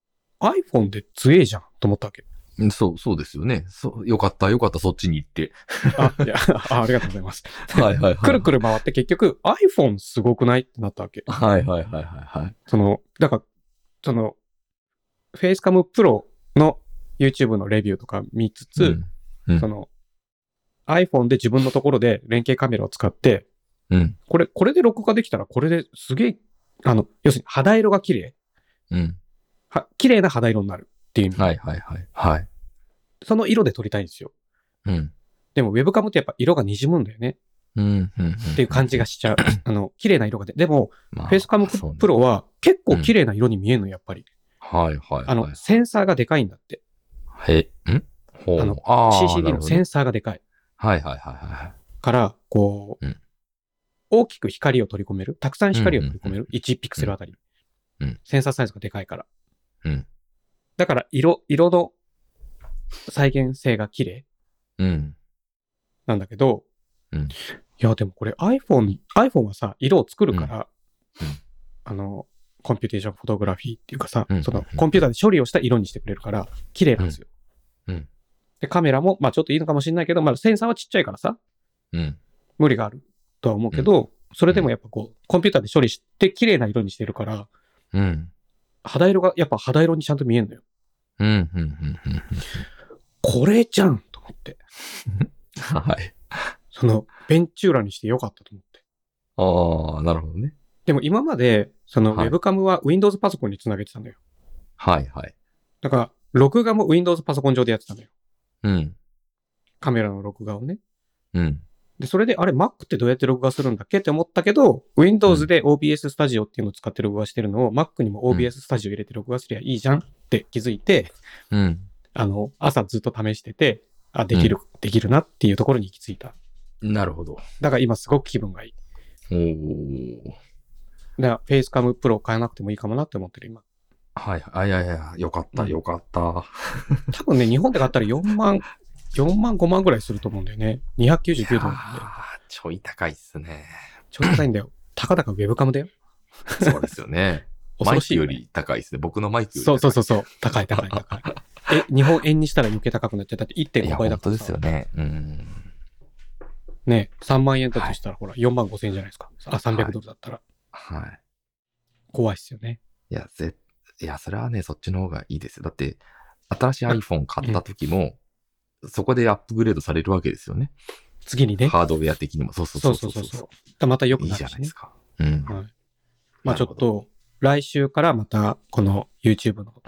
Speaker 1: iPhone で強えじゃんと思ったわけ。
Speaker 2: そう、そうですよね。そう、よかった、よかった、そっちに行って。
Speaker 1: あ、いや、あ、ありがとうございます。
Speaker 2: はいはいはい。
Speaker 1: くるくる回って結局 iPhone すごくないってなったわけ。
Speaker 2: はいはいはいはいはい。
Speaker 1: その、だから、その、フェイスカムプロの YouTube のレビューとか見つつ、うんうん、その、iPhone で自分のところで連携カメラを使って、うん、これ、これで録画できたらこれですげえ、あの、要するに肌色が綺麗。うん。は、綺麗な肌色になるっていう意味。
Speaker 2: はいはいはい。はい。
Speaker 1: その色で撮りたいんですよ。うん。でもウェブカムってやっぱ色が滲むんだよね。うん。うん。っていう感じがしちゃう。あの、綺麗な色が出でも、まあ、フェイスカムプロは結構綺麗な色に見えるの、やっぱり。
Speaker 2: はいはいはい。
Speaker 1: あの、センサーがでかいんだって。
Speaker 2: へ、んほう。
Speaker 1: あの、シーシーディー のセンサーがでかい。
Speaker 2: はいはいはいはい。
Speaker 1: から、こう、うん、大きく光を取り込める。たくさん光を取り込める。いちピクセルあたり。うん。センサーサイズがでかいから。うん。だから、色、色の再現性が綺麗。うん。なんだけど、うん。いや、でもこれ iPhone、iPhone はさ、色を作るから、うん。うん、あの、コンピューテーションフォトグラフィーっていうかさ、うん、そのコンピューターで処理をした色にしてくれるから、綺麗なんですよ。うん。うん、で、カメラも、まあちょっといいのかもしれないけど、まあセンサーはちっちゃいからさ、うん。無理があるとは思うけど、うん、それでもやっぱこう、コンピューターで処理して綺麗な色にしてるから、うん。肌色が、やっぱ肌色にちゃんと見えるのよ。うん、うん、うん、うん。これじゃんと思って。
Speaker 2: はい。
Speaker 1: その、ベンチューラにしてよかったと思って。
Speaker 2: ああ、なるほどね。
Speaker 1: でも今まで、その、ウェブカムは Windows パソコンにつなげてたのよ。
Speaker 2: はい、はい。
Speaker 1: だから、録画も Windows パソコン上でやってたのよ。
Speaker 2: うん。
Speaker 1: カメラの録画をね。
Speaker 2: うん。
Speaker 1: で、それで、あれ、Mac ってどうやって録画するんだっけって思ったけど、Windows で オービーエス Studio っていうのを使って録画してるのを、Mac にも オービーエス Studio 入れて録画すりゃいいじゃんって気づいて、うん。あの、朝ずっと試してて、あ、できる、うん、できるなっていうところに行き着いた。
Speaker 2: なるほど。
Speaker 1: だから今すごく気分がいい。
Speaker 2: おー。
Speaker 1: だから、フェイスカムプロを変えなくてもいいかもなって思ってる今。
Speaker 2: はい。あ、いやいや、よかった、よかった。多
Speaker 1: 分ね、日本で買ったらよんまん、よんまんごまんぐらいすると思うんだよね。にひゃくきゅうじゅうきゅうドルなんで。
Speaker 2: ちょい高いっすね。
Speaker 1: ちょい高いんだよ。たかだかウェブカムだよ。
Speaker 2: そうですよね。マイクより高いっすね。僕のマイクより高い。
Speaker 1: そうそうそうそう。高い高い高い。え、日本円にしたら余計高くなっちゃったって いってんご 倍だからさ。
Speaker 2: 本当ですよね。うん。
Speaker 1: ね、さんまんえんだとしたら、はい、ほら、よんまんごせんえんじゃないですか。あ、さんびゃくドルだったら。
Speaker 2: はい。
Speaker 1: 怖いっすよね。
Speaker 2: いや、ぜ、いや、それはね、そっちの方がいいですよ。だって、新しい iPhone 買った時も、うん、そこでアップグレードされるわけですよね。
Speaker 1: 次にね。
Speaker 2: ハードウェア的にも。そうそうそうそう。
Speaker 1: そうそうそうそう。また良くなるし、ね。
Speaker 2: いいじゃないですか。うん。
Speaker 1: はい。まあちょっと、来週からまた、この YouTube の、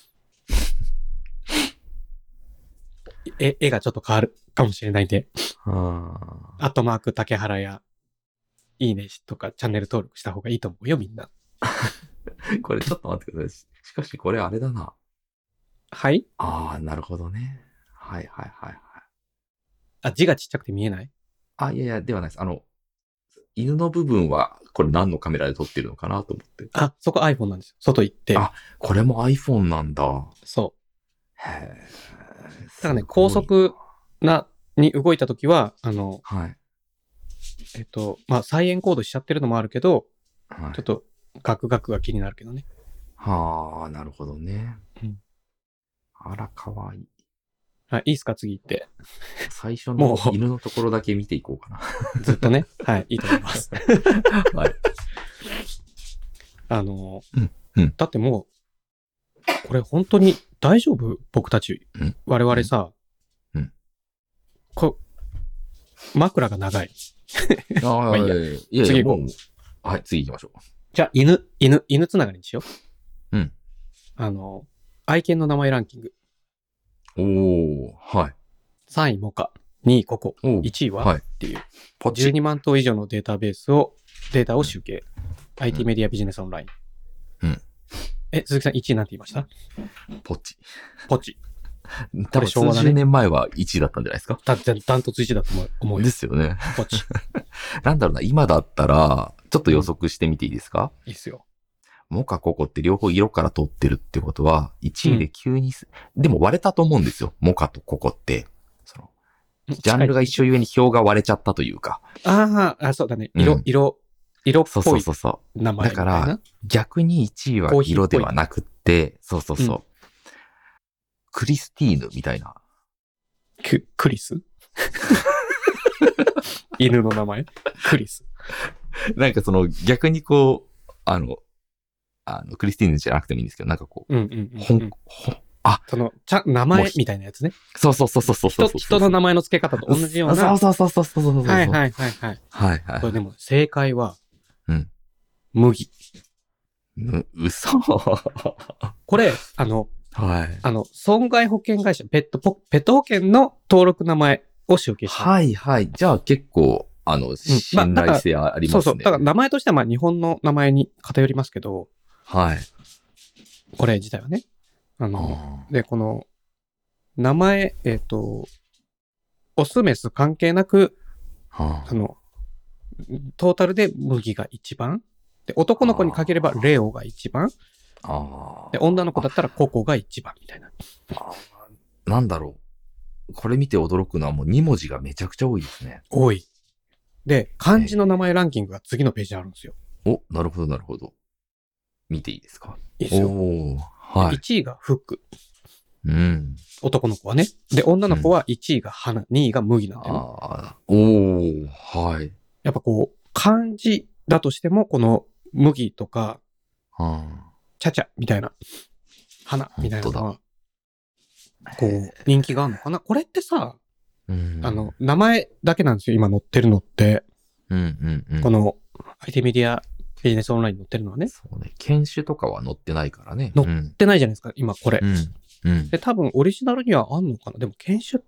Speaker 1: 絵、絵がちょっと変わるかもしれないんで。
Speaker 2: あ
Speaker 1: アットマーク竹原や、いいねとかチャンネル登録した方がいいと思うよ、みんな。
Speaker 2: これちょっと待ってください。しかしこれあれだな。
Speaker 1: はい？
Speaker 2: ああ、なるほどね。はいはいはいはい。
Speaker 1: あ、字がちっちゃくて見えない？
Speaker 2: あ、いやいや、ではないです。あの、犬の部分は、これ何のカメラで撮ってるのかなと思って。
Speaker 1: あ、そこ iPhone なんですよ。外行って。
Speaker 2: あ、これも iPhone なんだ。
Speaker 1: そう。
Speaker 2: へえ。
Speaker 1: だからね、高速な、に動いたときは、あの、
Speaker 2: はい。
Speaker 1: えっと、まあ、再エンコードしちゃってるのもあるけど、
Speaker 2: はい、
Speaker 1: ちょっと、ガクガクが気になるけどね。
Speaker 2: はあ、なるほどね。
Speaker 1: うん、
Speaker 2: あら、かわいい。
Speaker 1: はい、いいっすか、次行って。
Speaker 2: 最初の犬のところだけ見ていこうかな。
Speaker 1: ずっとね。はい、いいと思います。
Speaker 2: はい。
Speaker 1: あの、
Speaker 2: うんうん、
Speaker 1: だってもう、これ本当に大丈夫？僕たち。
Speaker 2: うん、
Speaker 1: 我々さ、
Speaker 2: うん、
Speaker 1: こ枕が長い。
Speaker 2: あ
Speaker 1: まあいいや。
Speaker 2: いやいや次行こう。はい、次行きましょう。
Speaker 1: じゃあ、犬、犬、犬つながりにしよ
Speaker 2: う。うん。
Speaker 1: あの、愛犬の名前ランキング。
Speaker 2: おー、はい。
Speaker 1: さんいモカ、にいココ、いちいは、はい、っていう、じゅうにまんとう以上のデータベースを、データを集計。うん、アイティー メディアビジネスオンライン。
Speaker 2: うん。
Speaker 1: え、鈴木さんいちいなんて言いました？
Speaker 2: ポチ。
Speaker 1: ポチ。
Speaker 2: 多分数十年前はいちいだったんじゃないですか。
Speaker 1: だダントツいちだと思うよ。
Speaker 2: ですよね。
Speaker 1: こっち。
Speaker 2: なんだろうな、今だったら、ちょっと予測してみていいですか？
Speaker 1: いいっすよ。
Speaker 2: モカココって両方色から取ってるってことは、いちいで急に、うん、でも割れたと思うんですよ。モカとココって。その、ジャンルが一緒ゆえに表が割れちゃったというか。
Speaker 1: ああ、そうだね。色、うん、色、色っぽい。そうそうそう。名前
Speaker 2: だから、逆にいちいは色ではなくって、そうそうそう。うん、クリスティーヌみたいな。
Speaker 1: ク、クリス犬の名前クリス。
Speaker 2: なんかその逆にこう、あの、あの、クリスティーヌじゃなくてもいいんですけど、なんかこう、
Speaker 1: うんうんうんうん、
Speaker 2: ほん、ほん、あ、
Speaker 1: その、ちゃ、名前みたいなやつね。
Speaker 2: そうそうそうそうそうそうそう。
Speaker 1: 人、人の名前の付け方と同じような。
Speaker 2: そうそうそうそうそうそうそう。
Speaker 1: はいはいはいはい。
Speaker 2: はいはい。
Speaker 1: これでも正解は、
Speaker 2: うん。
Speaker 1: 麦。
Speaker 2: む、嘘
Speaker 1: これ、あの、
Speaker 2: はい。
Speaker 1: あの、損害保険会社、ペット、ペット保険の登録名前を集計した。
Speaker 2: はいはい。じゃあ結構、あの、信頼性ありますね。
Speaker 1: そうそう。だから名前としてはまあ日本の名前に偏りますけど、
Speaker 2: はい。
Speaker 1: これ自体はね。あの、で、この、名前、えっと、オスメス関係なく、
Speaker 2: はあ、
Speaker 1: あの、トータルで麦が一番。で、男の子にかければレオが一番。
Speaker 2: あ
Speaker 1: で、女の子だったらココが一番みたいな。
Speaker 2: あなんだろう。これ見て驚くのはもうに文字がめちゃくちゃ多いですね。
Speaker 1: 多い。で、漢字の名前ランキングが次のページにあるんですよ。
Speaker 2: お、なるほどなるほど。見ていいですか？
Speaker 1: いいですよ。
Speaker 2: おはい。
Speaker 1: いちいがフック。
Speaker 2: うん。
Speaker 1: 男の子はね。で、女の子はいちいが花、うん、にいが麦なんだよね。
Speaker 2: あおー、はい。
Speaker 1: やっぱこう、漢字だとしても、この麦とか、
Speaker 2: はあ、
Speaker 1: チャチャみたいな、花みたいなのは、こう、人気があるのかな。これってさ、
Speaker 2: うん、
Speaker 1: あの、名前だけなんですよ、今載ってるのって。
Speaker 2: うんうんうん、
Speaker 1: この、アイティメディアビジネスオンラインに載ってるのはね。
Speaker 2: そうね。犬種とかは載ってないからね。
Speaker 1: 載ってないじゃないですか、今これ。
Speaker 2: うんうん、
Speaker 1: で、多分オリジナルにはあんのかな。でも、犬種って、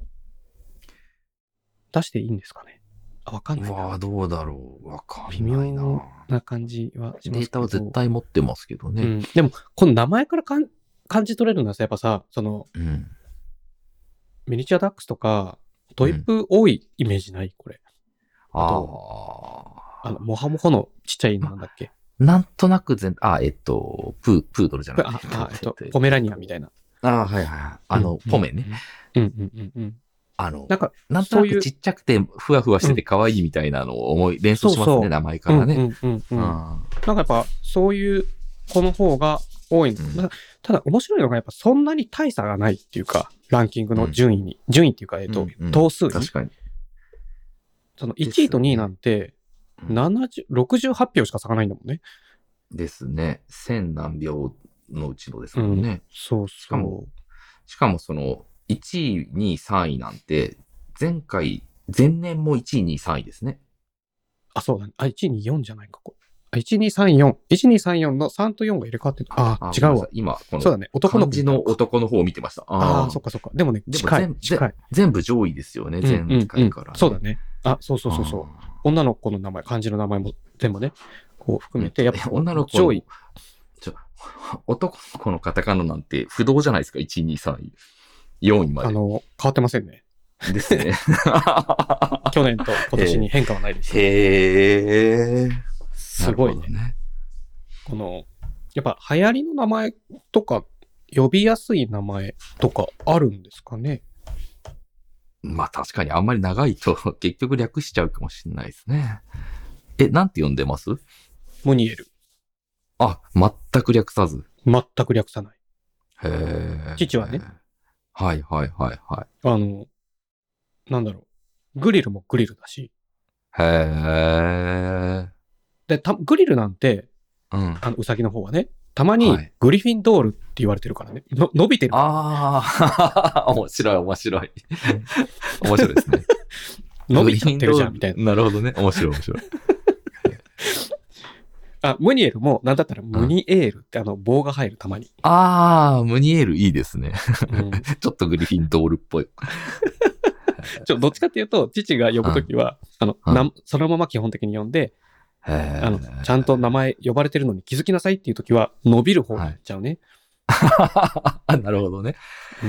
Speaker 1: 出していいんですかね。あ、わかんないな。
Speaker 2: うわどうだろう。わかんないな。
Speaker 1: 微妙な感じはしますけど。
Speaker 2: データは絶対持ってますけどね。
Speaker 1: うん、でも、この名前からかん感じ取れるのはさ、やっぱさ、その、
Speaker 2: うん、
Speaker 1: ミニチュアダックスとか、トイプ多いイメージない、これ。
Speaker 2: あ
Speaker 1: あ。あの、モハモホのちっちゃいのなんだっけ。
Speaker 2: なんとなく全、あ、えっと、プー、プードルじゃなくて。
Speaker 1: あ、あえっと、ポメラニアンみたいな。
Speaker 2: あはいはい。あの、うん、ポメね。
Speaker 1: うんうんうんうん。
Speaker 2: あの、
Speaker 1: なんか、
Speaker 2: なんとなくちっちゃくて、ふわふわしてて可愛いみたいなのを思い、連想しますね、そうそう名前からね。
Speaker 1: うんうんうんうん。なんかやっぱ、そういう子の方が多いんだ、うん、ただ面白いのがやっぱそんなに大差がないっていうか、ランキングの順位に、うん、順位っていうか、えっと、うんうん、等数に。
Speaker 2: 確かに。
Speaker 1: そのいちいとにいなんて、ななじゅう、ろくじゅうはち票しか差がないんだもんね。
Speaker 2: ですね。千何票のうちのですもんね。うん、
Speaker 1: そうそう。
Speaker 2: しかも、しかもその、いちい、にい、さんいなんて、前回、前年もいちい、にい、さんいですね。
Speaker 1: あ、そうだね。あ、いちい、にい、よんじゃないか、これ。あ、いち、に、さん、よん。いち、に、さん、よんのさんとよんが入れ替わってる。ああ、違うわ。
Speaker 2: 今、この、
Speaker 1: そうだね。男の
Speaker 2: 漢字の男の方を見てました。
Speaker 1: ああ、そっかそっか。でもね、近い。近い。
Speaker 2: 全部上位ですよね、前回から、ね
Speaker 1: うんうん。そうだね。あ、そうそうそうそう。女の子の名前、漢字の名前も全部ね、こう含めて、やっぱ
Speaker 2: 女の子
Speaker 1: 上位。
Speaker 2: ちょ、男の子のカタカナなんて不動じゃないですか、いち、に、さんい。よんいまで。
Speaker 1: あの、変わってませんね。
Speaker 2: ですね。
Speaker 1: 去年と今年に変化はないです。
Speaker 2: へー。
Speaker 1: すごいね。ねこの、やっぱ流行りの名前とか、呼びやすい名前とかあるんですかね。
Speaker 2: まあ確かにあんまり長いと結局略しちゃうかもしれないですね。え、なんて呼んでます？
Speaker 1: ムニエル。
Speaker 2: あ、全く略さず。
Speaker 1: 全く略さない。
Speaker 2: へー。
Speaker 1: 父はね。
Speaker 2: はいはいはいはい。
Speaker 1: あの、なんだろう。グリルもグリルだし。
Speaker 2: へー。
Speaker 1: で、た、グリルなんて、
Speaker 2: うん、
Speaker 1: あの、うさぎの方はね、たまにグリフィンドールって言われてるからね。の伸びてるから。
Speaker 2: ああ、面白い面白い。面白いですね。
Speaker 1: 伸びちゃってるじゃんみたいな。
Speaker 2: なるほどね。面白い面白い。
Speaker 1: あ、ムニエルも、なんだったらムニエールって、うん、あの棒が入るたまに。
Speaker 2: ああ、ムニエールいいですね。うん、ちょっとグリフィンドールっぽい。
Speaker 1: ちょどっちかっていうと、父が呼ぶときは、うん、あの、うん、な、そのまま基本的に呼んで、あの、ちゃんと名前呼ばれてるのに気づきなさいっていうときは、伸びる方に行っちゃうね。
Speaker 2: なるほどね。
Speaker 1: うん。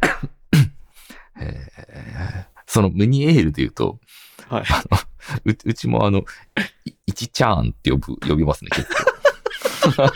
Speaker 2: えー、そのムニエールで言うと、
Speaker 1: はい。
Speaker 2: あの う, うちもあの、いちちゃーんって呼ぶ、呼びますね、結構。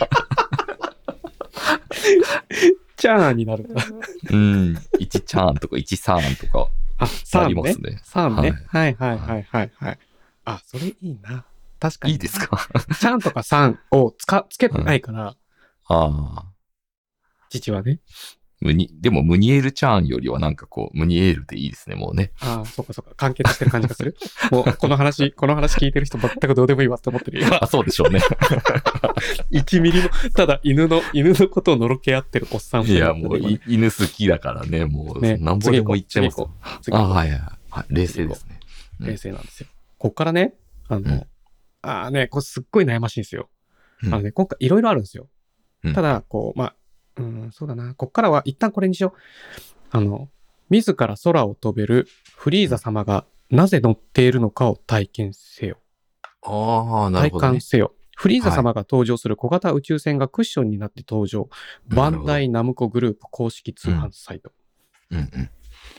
Speaker 1: チャーンになるんだ。
Speaker 2: うん。いちちゃーんとかいちさーんとか。
Speaker 1: あ、サーンね。
Speaker 2: ね
Speaker 1: サーンね。はいはいはいはいはい。あ、それいいな。確かに。
Speaker 2: いいですか？
Speaker 1: チャーンとかサンをつか、つけてないから。うん、あ
Speaker 2: あ。
Speaker 1: 父はね。
Speaker 2: ムニ、でもムニエールチャーンよりはなんかこう、ムニエールでいいですね、もうね。
Speaker 1: ああ、そっかそっか。完結してる感じがする。もう、この話、この話聞いてる人全くどうでもいいわって思ってるよ。
Speaker 2: あ、そうでしょうね。
Speaker 1: いちミリも、ただ犬の、犬のことをのろけ合ってるおっさん。
Speaker 2: いや、もう犬好きだからね、もう、
Speaker 1: ね、
Speaker 2: 何ぼでも言っちゃいます。
Speaker 1: 次
Speaker 2: あ、はいはいはい。冷静ですね。
Speaker 1: 冷静なんですよ。こっからね、あの、うん、ああね、これすっごい悩ましいんですよ。うん、あのね、今回いろいろあるんですよ。うん、ただ、こう、まあ、うん、そうだな。こっからは一旦これにしよう。あの、自ら空を飛べるフリーザ様がなぜ乗っているのかを体験せよ。
Speaker 2: ああ、なるほど、ね。
Speaker 1: 体感せよ。フリーザ様が登場する小型宇宙船がクッションになって登場。はい、バンダイナムコグループ公式通販サイト。
Speaker 2: うんうんうん、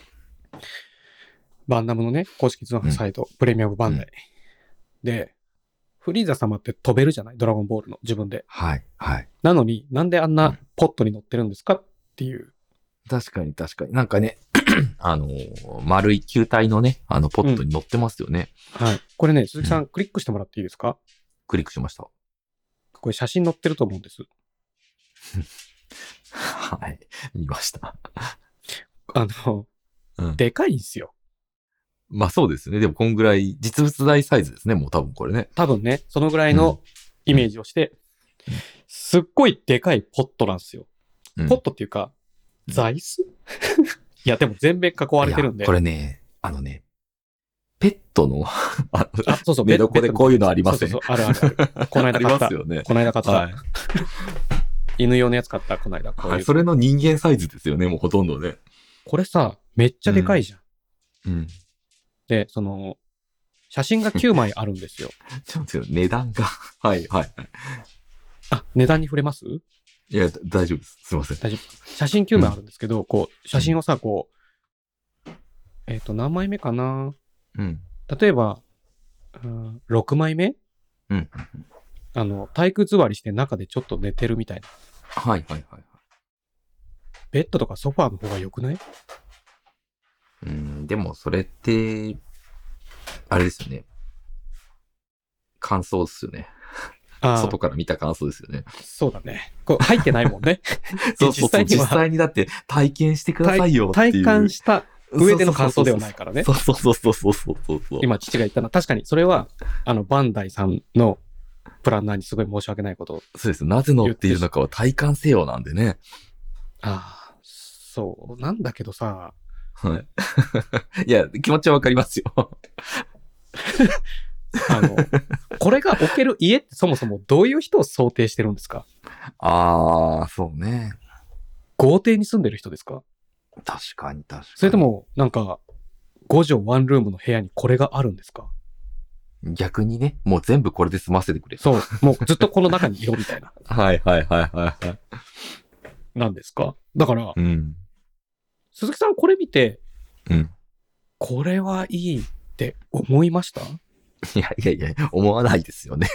Speaker 1: バンダムのね、公式通販サイト、うん、プレミアムバンダイ、うん。で、フリーザ様って飛べるじゃない？ドラゴンボールの自分で。
Speaker 2: はい、はい。
Speaker 1: なのになんであんなポットに乗ってるんですかっていう。
Speaker 2: 確かに確かに。なんかね、あのー、丸い球体のね、あのポットに乗ってますよね。
Speaker 1: うん、はい。これね、鈴木さん、うん、クリックしてもらっていいですか？
Speaker 2: クリックしました。
Speaker 1: これ写真載ってると思うんです。
Speaker 2: はい。見ました。
Speaker 1: あの、うん、でかいんですよ。
Speaker 2: まあそうですね。でもこんぐらい、実物大サイズですね。もう多分これね。
Speaker 1: 多分ね、そのぐらいのイメージをして、うん、すっごいでかいポットなんですよ。うん、ポットっていうか、座椅子いや、でも全面囲われてるんで。
Speaker 2: これね、あのね、ペットの、
Speaker 1: あ、そうそう、
Speaker 2: 寝床でこういうのありますね。
Speaker 1: そうそうそう、あるあるある。この間買った。ありますよね。この間買った。はい、犬用のやつ買った、この間。こういう。
Speaker 2: はい、それの人間サイズですよね、もうほとんどね。
Speaker 1: これさ、めっちゃでかいじゃん。
Speaker 2: うん。うん、
Speaker 1: で、その、写真がきゅうまいあるんですよ。
Speaker 2: ちょっと値段が。はいはい。
Speaker 1: あ、値段に触れます？
Speaker 2: いや、大丈夫です。すいません。
Speaker 1: 大丈夫。写真きゅうまいあるんですけど、うん、こう、写真をさ、こう、えっと、何枚目かな？
Speaker 2: うん。
Speaker 1: 例えば、うん、ろくまいめ？
Speaker 2: うん。
Speaker 1: あの、体育座りして中でちょっと寝てるみたいな。
Speaker 2: はいはいはい。
Speaker 1: ベッドとかソファーの方が良くない？
Speaker 2: うん、でもそれって、あれですよね。感想ですよね。外から見た感想ですよね。
Speaker 1: そうだね。こう入ってないもんね。
Speaker 2: そうそうそう。実際には実際にだって体験してくださいよっていう。
Speaker 1: 体感した上での感想ではないからね。
Speaker 2: そうそうそうそうそうそうそうそう。
Speaker 1: 今父が言ったのは確かにそれはあのバンダイさんのプランナーにすごい申し訳ないことを。
Speaker 2: そうです。なぜ乗っているのかは体感せよなんでね。
Speaker 1: ああ、そうなんだけどさ。
Speaker 2: はい。いや気持ちはわかりますよ。
Speaker 1: あの、これが置ける家ってそもそもどういう人を想定してるんですか？
Speaker 2: ああ、そうね。
Speaker 1: 豪邸に住んでる人ですか？
Speaker 2: 確かに確かに。
Speaker 1: それとも、なんか、ごじょうワンルームの部屋にこれがあるんですか？
Speaker 2: 逆にね、もう全部これで済ませてくれ。
Speaker 1: そう、もうずっとこの中にいろみたいな。
Speaker 2: はいはいはいはいはい。
Speaker 1: なんですか？だから、
Speaker 2: うん、
Speaker 1: 鈴木さんこれ見て、
Speaker 2: うん、
Speaker 1: これはいいって思いました？
Speaker 2: いやいやいや、思わないですよね。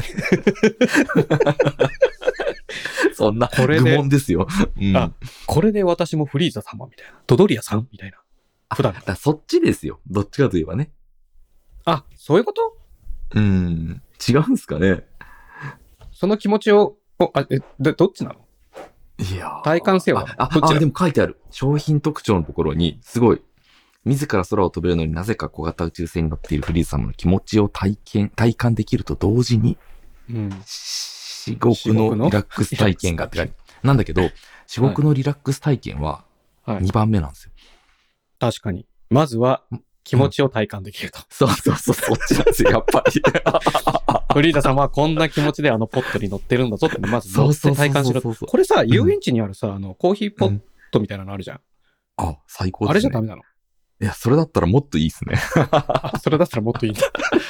Speaker 2: そんな愚問ですよ。
Speaker 1: うん、あ、これで私もフリーザ様みたいな。ドドリアさんみたいな。
Speaker 2: 普段。だそっちですよ。どっちかといえばね。
Speaker 1: あ、そういうこと？
Speaker 2: うーん。違うんすかね。
Speaker 1: その気持ちを、あ、え、で、どっちなの？
Speaker 2: いや
Speaker 1: 体感せよ。
Speaker 2: あ、あ、あ、でも書いてある。商品特徴のところに、すごい。自ら空を飛べるのになぜか小型宇宙船に乗っているフリーザ様の気持ちを体験、体感できると同時に、
Speaker 1: うん、
Speaker 2: 至極のリラックス体験がってなんだけど、至極のリラックス体験はにばんめなんですよ。
Speaker 1: はい、確かに。まずは気持ちを体感できると。うん、
Speaker 2: そうそうそう、そっちなんですよ、やっぱり。
Speaker 1: フリーザ様はこんな気持ちであのポットに乗ってるんだぞって、まず乗って体感しろ。これさ、遊園地にあるさ、あの、コーヒーポットみたいなのあるじゃん。
Speaker 2: うん、あ、最高ですね。
Speaker 1: あれじゃダメなの？
Speaker 2: いや、それだったらもっといいっすね。
Speaker 1: それだったらもっといいんだ。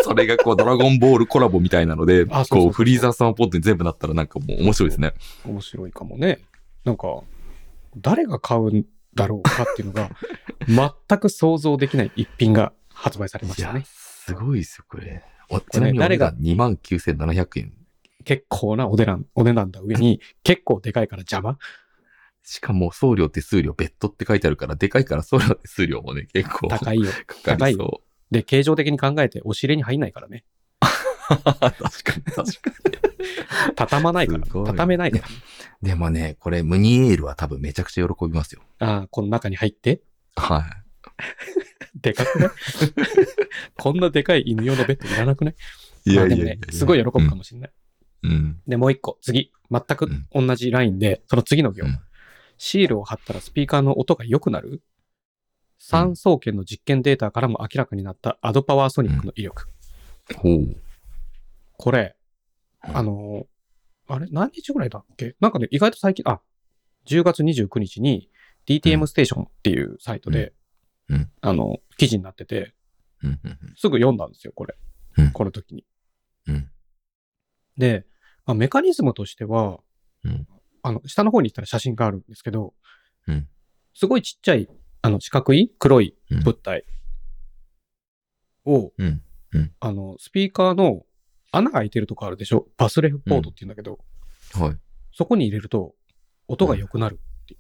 Speaker 2: それがこうドラゴンボールコラボみたいなので、
Speaker 1: あそうそうそうそう
Speaker 2: こうフリーザーサマーポットに全部なったらなんかもう面白いですね。
Speaker 1: 面白いかもね。なんか、誰が買うんだろうかっていうのが、全く想像できない一品が発売されましたね。
Speaker 2: すごいですよ、これ。おちなみに誰がにまんきゅうせんななひゃくえん。
Speaker 1: 結構なお値段、お値段だ上に、結構でかいから邪魔。
Speaker 2: しかも送料手数料別途って書いてあるから、でかいから送料手数料もね、結構
Speaker 1: 高いよ。
Speaker 2: かかりそう。高いよ。
Speaker 1: で、形状的に考えて、押し入れに入んないからね。
Speaker 2: 確かに、確かに。
Speaker 1: 畳まないから。畳めないから。
Speaker 2: でもね、これ、ムニエールは多分めちゃくちゃ喜びますよ。
Speaker 1: ああ、この中に入って
Speaker 2: はい。
Speaker 1: でかくないこんなでかい犬用のベッドいらなくない
Speaker 2: いやいやいや、
Speaker 1: まあ、でもね、すごい喜ぶかもしれない。
Speaker 2: うん。うん、
Speaker 1: で、もう一個、次。全く同じラインで、その次の行。うん、シールを貼ったらスピーカーの音が良くなる三層圏の実験データからも明らかになったアドパワーソニックの威力。
Speaker 2: うん、ほう。
Speaker 1: これ、あのー、あれ何日ぐらいだっけなんかね、意外と最近、あ、じゅうがつにじゅうくにちに ディーティーエム ステーションっていうサイトで、
Speaker 2: うんうん、
Speaker 1: あの、記事になってて、
Speaker 2: うんうんうん、
Speaker 1: すぐ読んだんですよ、これ。
Speaker 2: うん、
Speaker 1: この時に。
Speaker 2: うん、
Speaker 1: で、まあ、メカニズムとしては、
Speaker 2: うん、
Speaker 1: あの、下の方に行ったら写真があるんですけど、
Speaker 2: うん、
Speaker 1: すごいちっちゃい、あの、四角い黒い物体を、
Speaker 2: うんうん、
Speaker 1: あの、スピーカーの穴が開いてるとこあるでしょバスレフポートって言うんだけど、
Speaker 2: うん、はい。
Speaker 1: そこに入れると、音が良くなるっていう。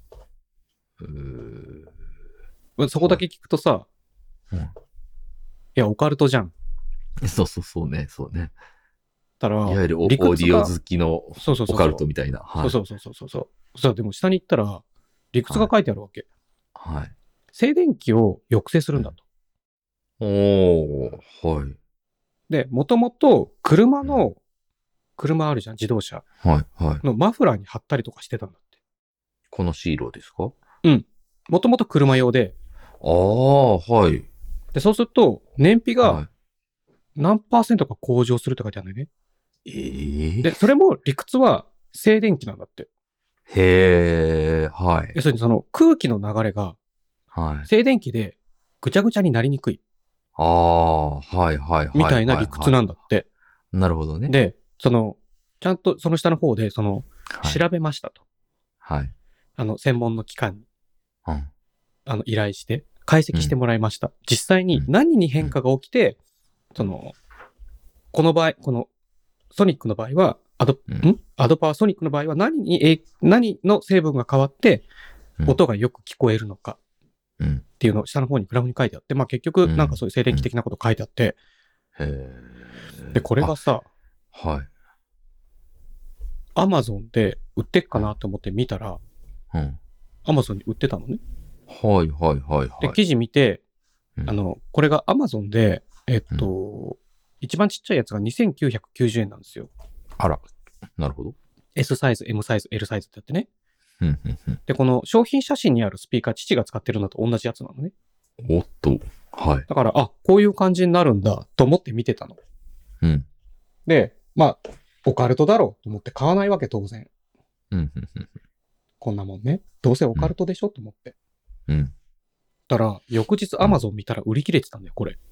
Speaker 2: はい、
Speaker 1: そこだけ聞くとさ、
Speaker 2: うん、い
Speaker 1: や、オカルトじゃん。
Speaker 2: そうそうそうね、そうね。
Speaker 1: たら、
Speaker 2: いわゆるオーディオ好きのオカルトみたいな。
Speaker 1: そうそうそうそうそうそう。さあ、でも下に行ったら、理屈が書いてあるわけ。
Speaker 2: はい。
Speaker 1: 静電気を抑制するんだと。
Speaker 2: うん、おー、はい。
Speaker 1: で、もともと車の、車あるじゃん、自動車。
Speaker 2: はい、はい。
Speaker 1: のマフラーに貼ったりとかしてたんだって。
Speaker 2: このシールですか？
Speaker 1: うん。もともと車用で。
Speaker 2: ああ、はい。
Speaker 1: で、そうすると、燃費が何パーセントか向上するって書いてあるんだよね。
Speaker 2: ええー。
Speaker 1: で、それも理屈は静電気なんだって。
Speaker 2: へえ、はい。
Speaker 1: 要するにその空気の流れが、
Speaker 2: はい。
Speaker 1: 静電気でぐちゃぐちゃになりにくい。
Speaker 2: ああ、はいはいはい。
Speaker 1: みたいな理屈なんだって。
Speaker 2: なるほどね。
Speaker 1: で、その、ちゃんとその下の方で、その、はい、調べましたと。
Speaker 2: はい。
Speaker 1: あの、専門の機関に、
Speaker 2: うん、
Speaker 1: あの、依頼して、解析してもらいました。うん、実際に何に変化が起きて、うん、その、この場合、この、ソニックの場合は、アド、うん、んアドパワーソニックの場合は何に、何の成分が変わって、音がよく聞こえるのか。っていうのを下の方にグラフに書いてあって、まあ結局なんかそういう静電気的なこと書いてあって、
Speaker 2: うん、へ
Speaker 1: で、これがさ、
Speaker 2: はい。
Speaker 1: アマゾンで売ってっかなと思って見たら、
Speaker 2: うん。
Speaker 1: アマゾンに売ってたのね。
Speaker 2: はいはいはいはい。
Speaker 1: で、記事見て、
Speaker 2: うん、
Speaker 1: あの、これがアマゾンで、えっと、うん、一番ちっちゃいやつがにせんきゅうひゃくきゅうじゅうえんなんですよ。
Speaker 2: あら、なるほど。
Speaker 1: S サイズ、M サイズ、L サイズってやってね。
Speaker 2: うんうんうん、
Speaker 1: で、この商品写真にあるスピーカー、父が使ってるのと同じやつなのね。
Speaker 2: おっと。はい。
Speaker 1: だから、あ、こういう感じになるんだと思って見てたの。
Speaker 2: うん。
Speaker 1: で、まあ、オカルトだろうと思って買わないわけ、当然。
Speaker 2: うんうんうん、
Speaker 1: こんなもんね。どうせオカルトでしょ、うん、と思って。
Speaker 2: うん。
Speaker 1: だから、翌日アマゾン見たら売り切れてたんだよ、これ。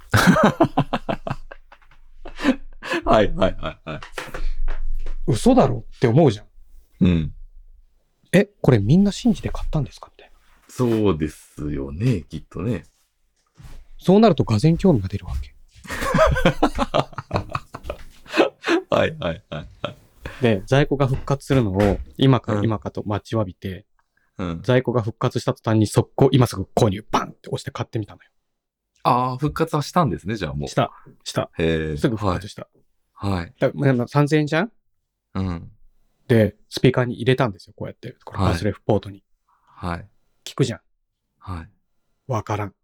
Speaker 2: はいはいはいはい。
Speaker 1: 嘘だろって思うじゃん。
Speaker 2: うん。
Speaker 1: え、これみんな信じて買ったんですかみたいな。
Speaker 2: そうですよね、きっとね。
Speaker 1: そうなると俄然興味が出るわけ。
Speaker 2: はいはいはいはい。
Speaker 1: で、在庫が復活するのを今か今かと待ちわびて、うん、在庫が復活した途端に速攻今すぐ購入バンって押して買ってみたのよ。
Speaker 2: ああ、復活はしたんですね、じゃあもう。
Speaker 1: した、した。
Speaker 2: へえ。
Speaker 1: すぐ復活した。
Speaker 2: はい。はい、
Speaker 1: ださんぜんえんじゃん
Speaker 2: うん。
Speaker 1: で、スピーカーに入れたんですよ、こうやって。これバスレフポートに。
Speaker 2: はい。
Speaker 1: 聞くじゃん。
Speaker 2: はい。
Speaker 1: わからん。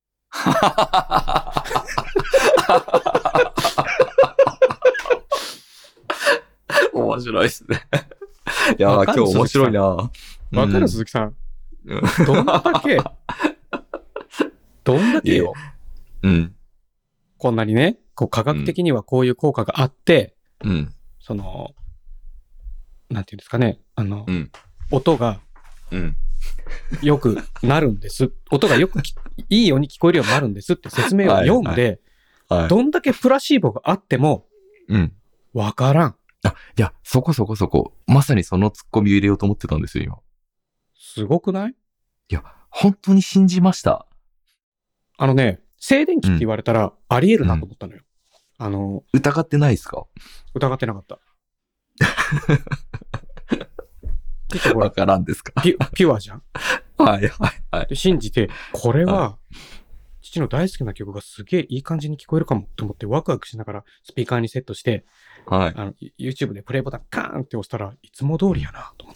Speaker 2: 面白いっすね。いや、今日面白いな。わ
Speaker 1: かる、鈴木さん。どんだけ、どんだけよ。
Speaker 2: うん。
Speaker 1: こんなにね、こう科学的にはこういう効果があって、
Speaker 2: うん。
Speaker 1: その、なんていうんですかね、あの、
Speaker 2: うん、
Speaker 1: 音が、
Speaker 2: うん。
Speaker 1: よくなるんです。音がよくいいように聞こえるようになるんですって説明を読んで、
Speaker 2: はい。
Speaker 1: どんだけプラシーボがあっても、
Speaker 2: うん。
Speaker 1: わからん。
Speaker 2: あ、いや、そこそこそこ。まさにそのツッコミを入れようと思ってたんですよ、今。
Speaker 1: すごくない？
Speaker 2: いや、本当に信じました。あ
Speaker 1: のね、静電気って言われたらあり得るなと思ったのよ。うん、あの、
Speaker 2: 疑ってないですか？
Speaker 1: 疑ってなかった。
Speaker 2: わからんですか？
Speaker 1: ピュ、ピュアじゃん。
Speaker 2: はいはいはい。
Speaker 1: で信じて、これは、父の大好きな曲がすげえいい感じに聞こえるかもと思ってワクワクしながらスピーカーにセットして、
Speaker 2: はい、
Speaker 1: あの YouTube でプレイボタンカーンって押したらいつも通りやなと思って。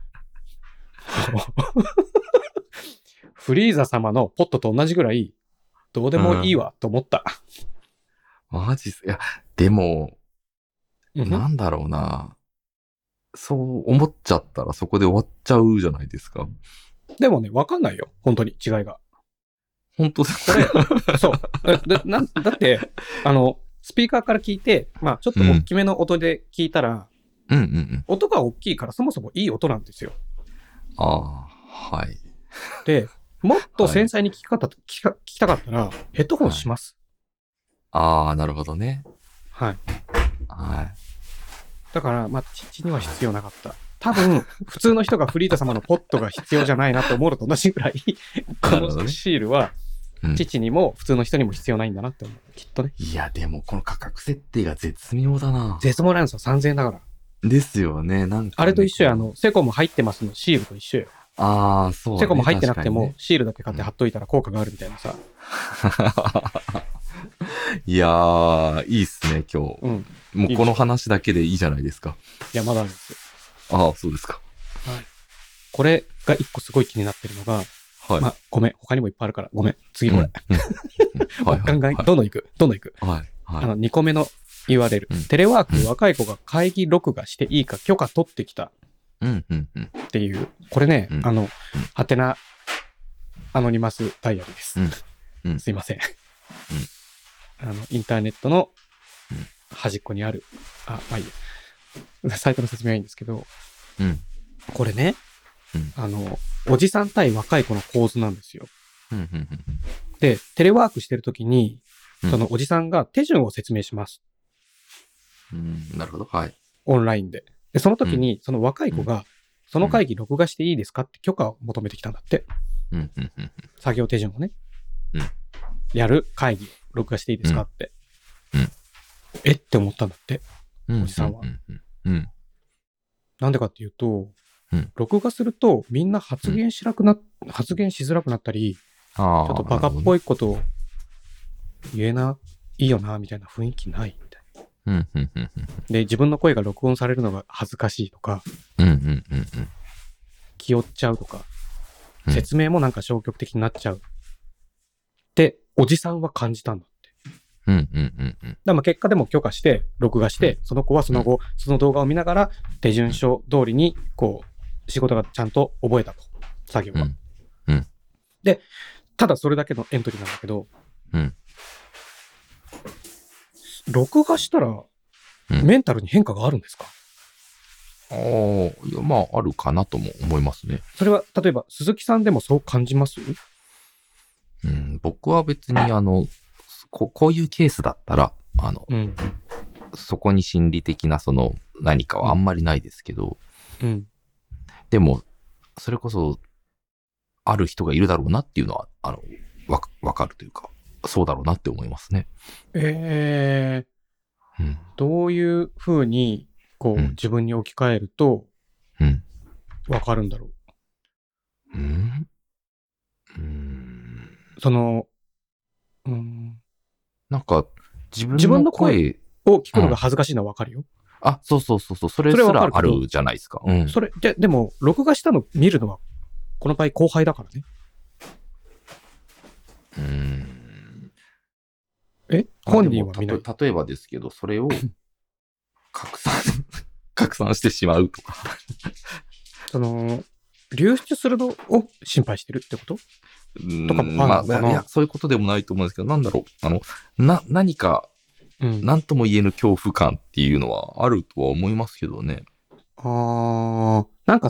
Speaker 1: フリーザ様のポットと同じぐらいどうでもいいわと思った。
Speaker 2: うん、マジっす。いや、でも、
Speaker 1: うん、
Speaker 2: なんだろうな。そう思っちゃったらそこで終わっちゃうじゃないですか。で
Speaker 1: もね、わかんないよ。本当に違いが。
Speaker 2: 本当ですこ
Speaker 1: れ、そう。だ、なだって、あの、スピーカーから聞いて、まあちょっと大きめの音で聞いたら、
Speaker 2: うんうんうんうん、
Speaker 1: 音が大きいからそもそもいい音なんですよ。
Speaker 2: ああ、はい。
Speaker 1: で、もっと繊細に聞き方、はい、聞き、聞きたかったら、ヘッドホンします。
Speaker 2: はい、ああ、なるほどね。
Speaker 1: はい。
Speaker 2: はい。
Speaker 1: だから、まあ、父には必要なかった。多分、普通の人がフリータ様のポットが必要じゃないなと思うのと同じぐらい、このシールは、父にも普通の人にも必要ないんだなって思う。きっとね。
Speaker 2: いや、でもこの価格設定が絶妙だな。
Speaker 1: 絶妙なんですよ。さんぜんえんだから。
Speaker 2: ですよね。なんか、ね、
Speaker 1: あれと一緒や、あの、セコム入ってますのシールと一緒よ。
Speaker 2: ああ、そう、ね。
Speaker 1: セコム入ってなくても、ね、シールだけ買って貼っといたら効果があるみたいなさ。
Speaker 2: いやー、いいっすね、今日。うん。もうこの話だけでいいじゃないですか。
Speaker 1: いや、まだあるんですよ。
Speaker 2: ああ、そうですか。
Speaker 1: はい。これが一個すごい気になってるのが、はい。まあ、ごめん。他にもいっぱいあるから、ごめん。次これ。うんうん、ガンガン、どんどんいく。どんどんいく。はい。はい、あの、にこめの ユーアールエル。うん、テレワーク、うん、若い子が会議録画していいか許可取ってきた。うんうんうん。っていう。これね、うん、あの、ハテナアノニマスダイアリーです。うんうん、すいません。うん、あの、インターネットの端っこにある。あ、まあいいや。サイトの説明はいいんですけど、うん、これね、うん、あの、おじさん対若い子の構図なんですよ。うんうんうん、で、テレワークしてるときに、そのおじさんが手順を説明します。
Speaker 2: うん、なるほど。はい。
Speaker 1: オンラインで。で、その時に、その若い子が、その会議録画していいですかって許可を求めてきたんだって。うんうんうん、作業手順をね、うん。やる会議を録画していいですかって。うんうん、えって思ったんだって。おじさんは。うんうんうん、なんでかっていうと、うん、録画するとみんな発言しなくな、うん、発言しづらくなったり、ちょっとバカっぽいことを言えな、いいよな、みたいな雰囲気ないみたいな。うんうんうんうん、で、自分の声が録音されるのが恥ずかしいとか、うんうんうんうん、気負っちゃうとか、うん、説明もなんか消極的になっちゃう。っておじさんは感じたんだって。うんうんうんうん、だから結果でも許可して、録画して、うん、その子はその後、うん、その動画を見ながら手順書通りに、こう、仕事がちゃんと覚えたと。作業は。うんうん、で、ただそれだけのエントリーなんだけど、うん、録画したら、メンタルに変化があるんですか？
Speaker 2: うん、ああ、いや、まあ、あるかなとも思いますね。
Speaker 1: それは、例えば、鈴木さんでもそう感じます？
Speaker 2: うん、僕は別に、あの、こ, こういうケースだったら、あの、うん、そこに心理的なその何かはあんまりないですけど、うん、でも、それこそ、ある人がいるだろうなっていうのは、あの、わ、わかるというか、そうだろうなって思いますね。
Speaker 1: えー、うん、どういうふうに、こう、うん、自分に置き換えると、うん、わかるんだろう。うん、うーん、その、うん、
Speaker 2: なんか、自分の声
Speaker 1: を聞くのが恥ずかしいのはわかるよ。うん、
Speaker 2: あ、そうそうそうそう、それすらあるじゃないですか。
Speaker 1: うん、それ、で、でも、録画したの見るのは、この場合後輩だからね。うーん。え本人は見ない。
Speaker 2: 例えばですけど、それを拡散、拡散してしまうとか。
Speaker 1: その、流出するのを心配してるってこととかもあるのかな、
Speaker 2: まあ、いや、そういうことでもないと思うんですけど、なんだろう。あの、な、何か、何とも言えぬ恐怖感っていうのはあるとは思いますけどね。
Speaker 1: あー、なんかさ、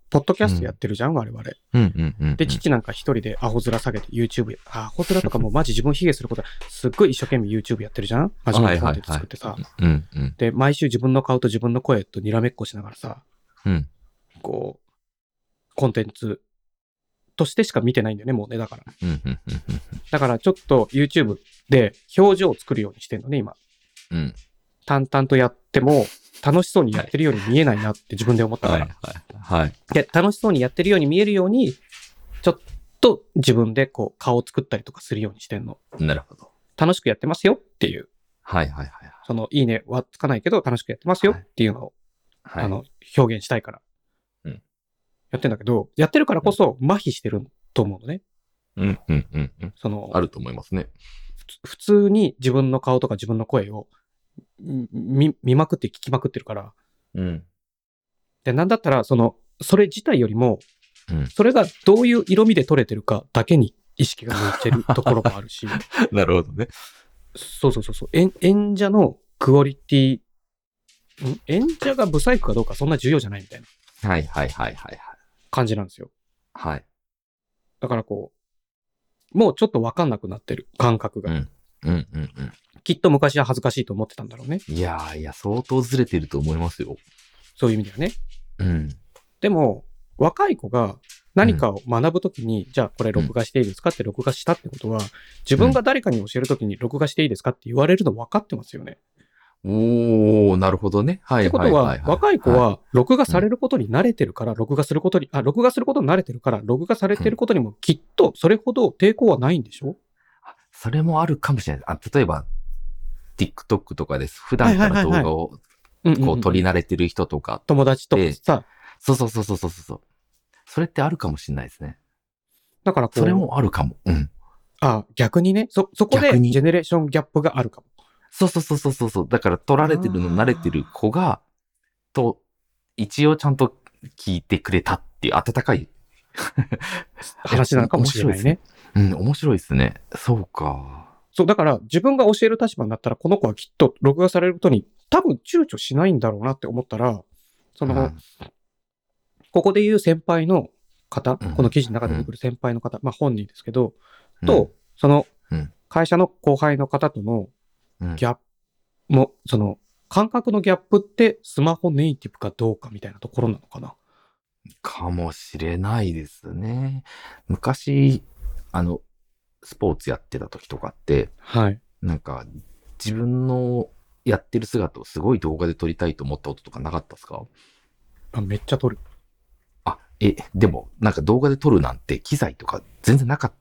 Speaker 1: ポッドキャストやってるじゃん、うん、我々。
Speaker 2: うんうんうんうん、
Speaker 1: で、父なんか一人でアホ面下げて YouTube や、アホ面とかもうマジ自分卑下することは、すっごい一生懸命 YouTube やってるじゃん、真面目なコンテンツ作ってさ、
Speaker 2: うんうん。
Speaker 1: で、毎週自分の顔と自分の声とにらめっこしながらさ、
Speaker 2: うん、
Speaker 1: こう、コンテンツとしてしか見てないんだよね、もうね、だから。
Speaker 2: うんうんうん、
Speaker 1: だからちょっと YouTube で表情を作るようにしてんのね、今。
Speaker 2: うん。
Speaker 1: 淡々とやっても、楽しそうにやってるように見えないなって自分で思ったから。はい
Speaker 2: はいはい。
Speaker 1: で、楽しそうにやってるように見えるように、ちょっと自分でこう顔を作ったりとかするようにしてんの。
Speaker 2: なるほど。
Speaker 1: 楽しくやってますよっていう。
Speaker 2: はいはいはい。
Speaker 1: その、いいねはつかないけど楽しくやってますよっていうのを、はい、あの、表現したいから。うん。やってんだけど、やってるからこそ麻痺してると思うのね。
Speaker 2: うんうんうんうん。
Speaker 1: その、
Speaker 2: あると思いますね。
Speaker 1: 普通に自分の顔とか自分の声を見、見まくって聞きまくってるから。
Speaker 2: うん。
Speaker 1: で、なんだったら、その、それ自体よりも、
Speaker 2: うん、
Speaker 1: それがどういう色味で撮れてるかだけに意識が向いてるところもあるし。
Speaker 2: なるほどね。
Speaker 1: そうそうそうそう。演、演者のクオリティ、ん演者がブサイクかどうかそんな重要じゃないみたいな。
Speaker 2: はいはいはいはいはい。
Speaker 1: 感じなんですよ。
Speaker 2: はい。
Speaker 1: だからこう、もうちょっとわかんなくなってる感覚が。
Speaker 2: うん。うんうんうん。
Speaker 1: きっと昔は恥ずかしいと思ってたんだろうね。
Speaker 2: いやーいや、相当ずれてると思いますよ。
Speaker 1: そういう意味ではね。
Speaker 2: うん。
Speaker 1: でも、若い子が何かを学ぶときに、うん、じゃあこれ録画していいですかって録画したってことは、自分が誰かに教えるときに録画していいですかって言われるの分かってますよね。
Speaker 2: おー、なるほどね。はいはいはい、はい。
Speaker 1: ってことは、若い子は録画されることに慣れてるから、録画することに、あ、録画することに慣れてるから、録画されてることにもきっとそれほど抵抗はないんでしょ？
Speaker 2: それもあるかもしれない。あ、例えば、TikTok とかです。普段から動画をこう撮り慣れてる人とか。
Speaker 1: 友達とかさ。
Speaker 2: そうそうそうそうそうそう。それってあるかもしれないですね。
Speaker 1: だからこう。
Speaker 2: それもあるかも。うん。
Speaker 1: あ、逆にね。そ、そこでジェネレーションギャップがあるかも。
Speaker 2: そうそうそうそうそう。だから撮られてるの慣れてる子が、と、一応ちゃんと聞いてくれたっていう温かい
Speaker 1: 話なのかもしれないね。
Speaker 2: うん、面白いですね。そうか。
Speaker 1: そう、だから自分が教える立場になったら、この子はきっと録画されることに多分躊躇しないんだろうなって思ったら、その、うん、ここで言う先輩の方、うん、この記事の中で出てくる先輩の方、うん、まあ本人ですけど、うん、と、その、会社の後輩の方とのギャップも、その、感覚のギャップってスマホネイティブかどうかみたいなところなのかな。
Speaker 2: かもしれないですね。昔、あの、スポーツやってた時とかって、
Speaker 1: はい。
Speaker 2: なんか、自分のやってる姿をすごい動画で撮りたいと思ったこととかなかったですか？
Speaker 1: あ、めっちゃ撮る。
Speaker 2: あ、え、でも、なんか動画で撮るなんて機材とか全然なかった。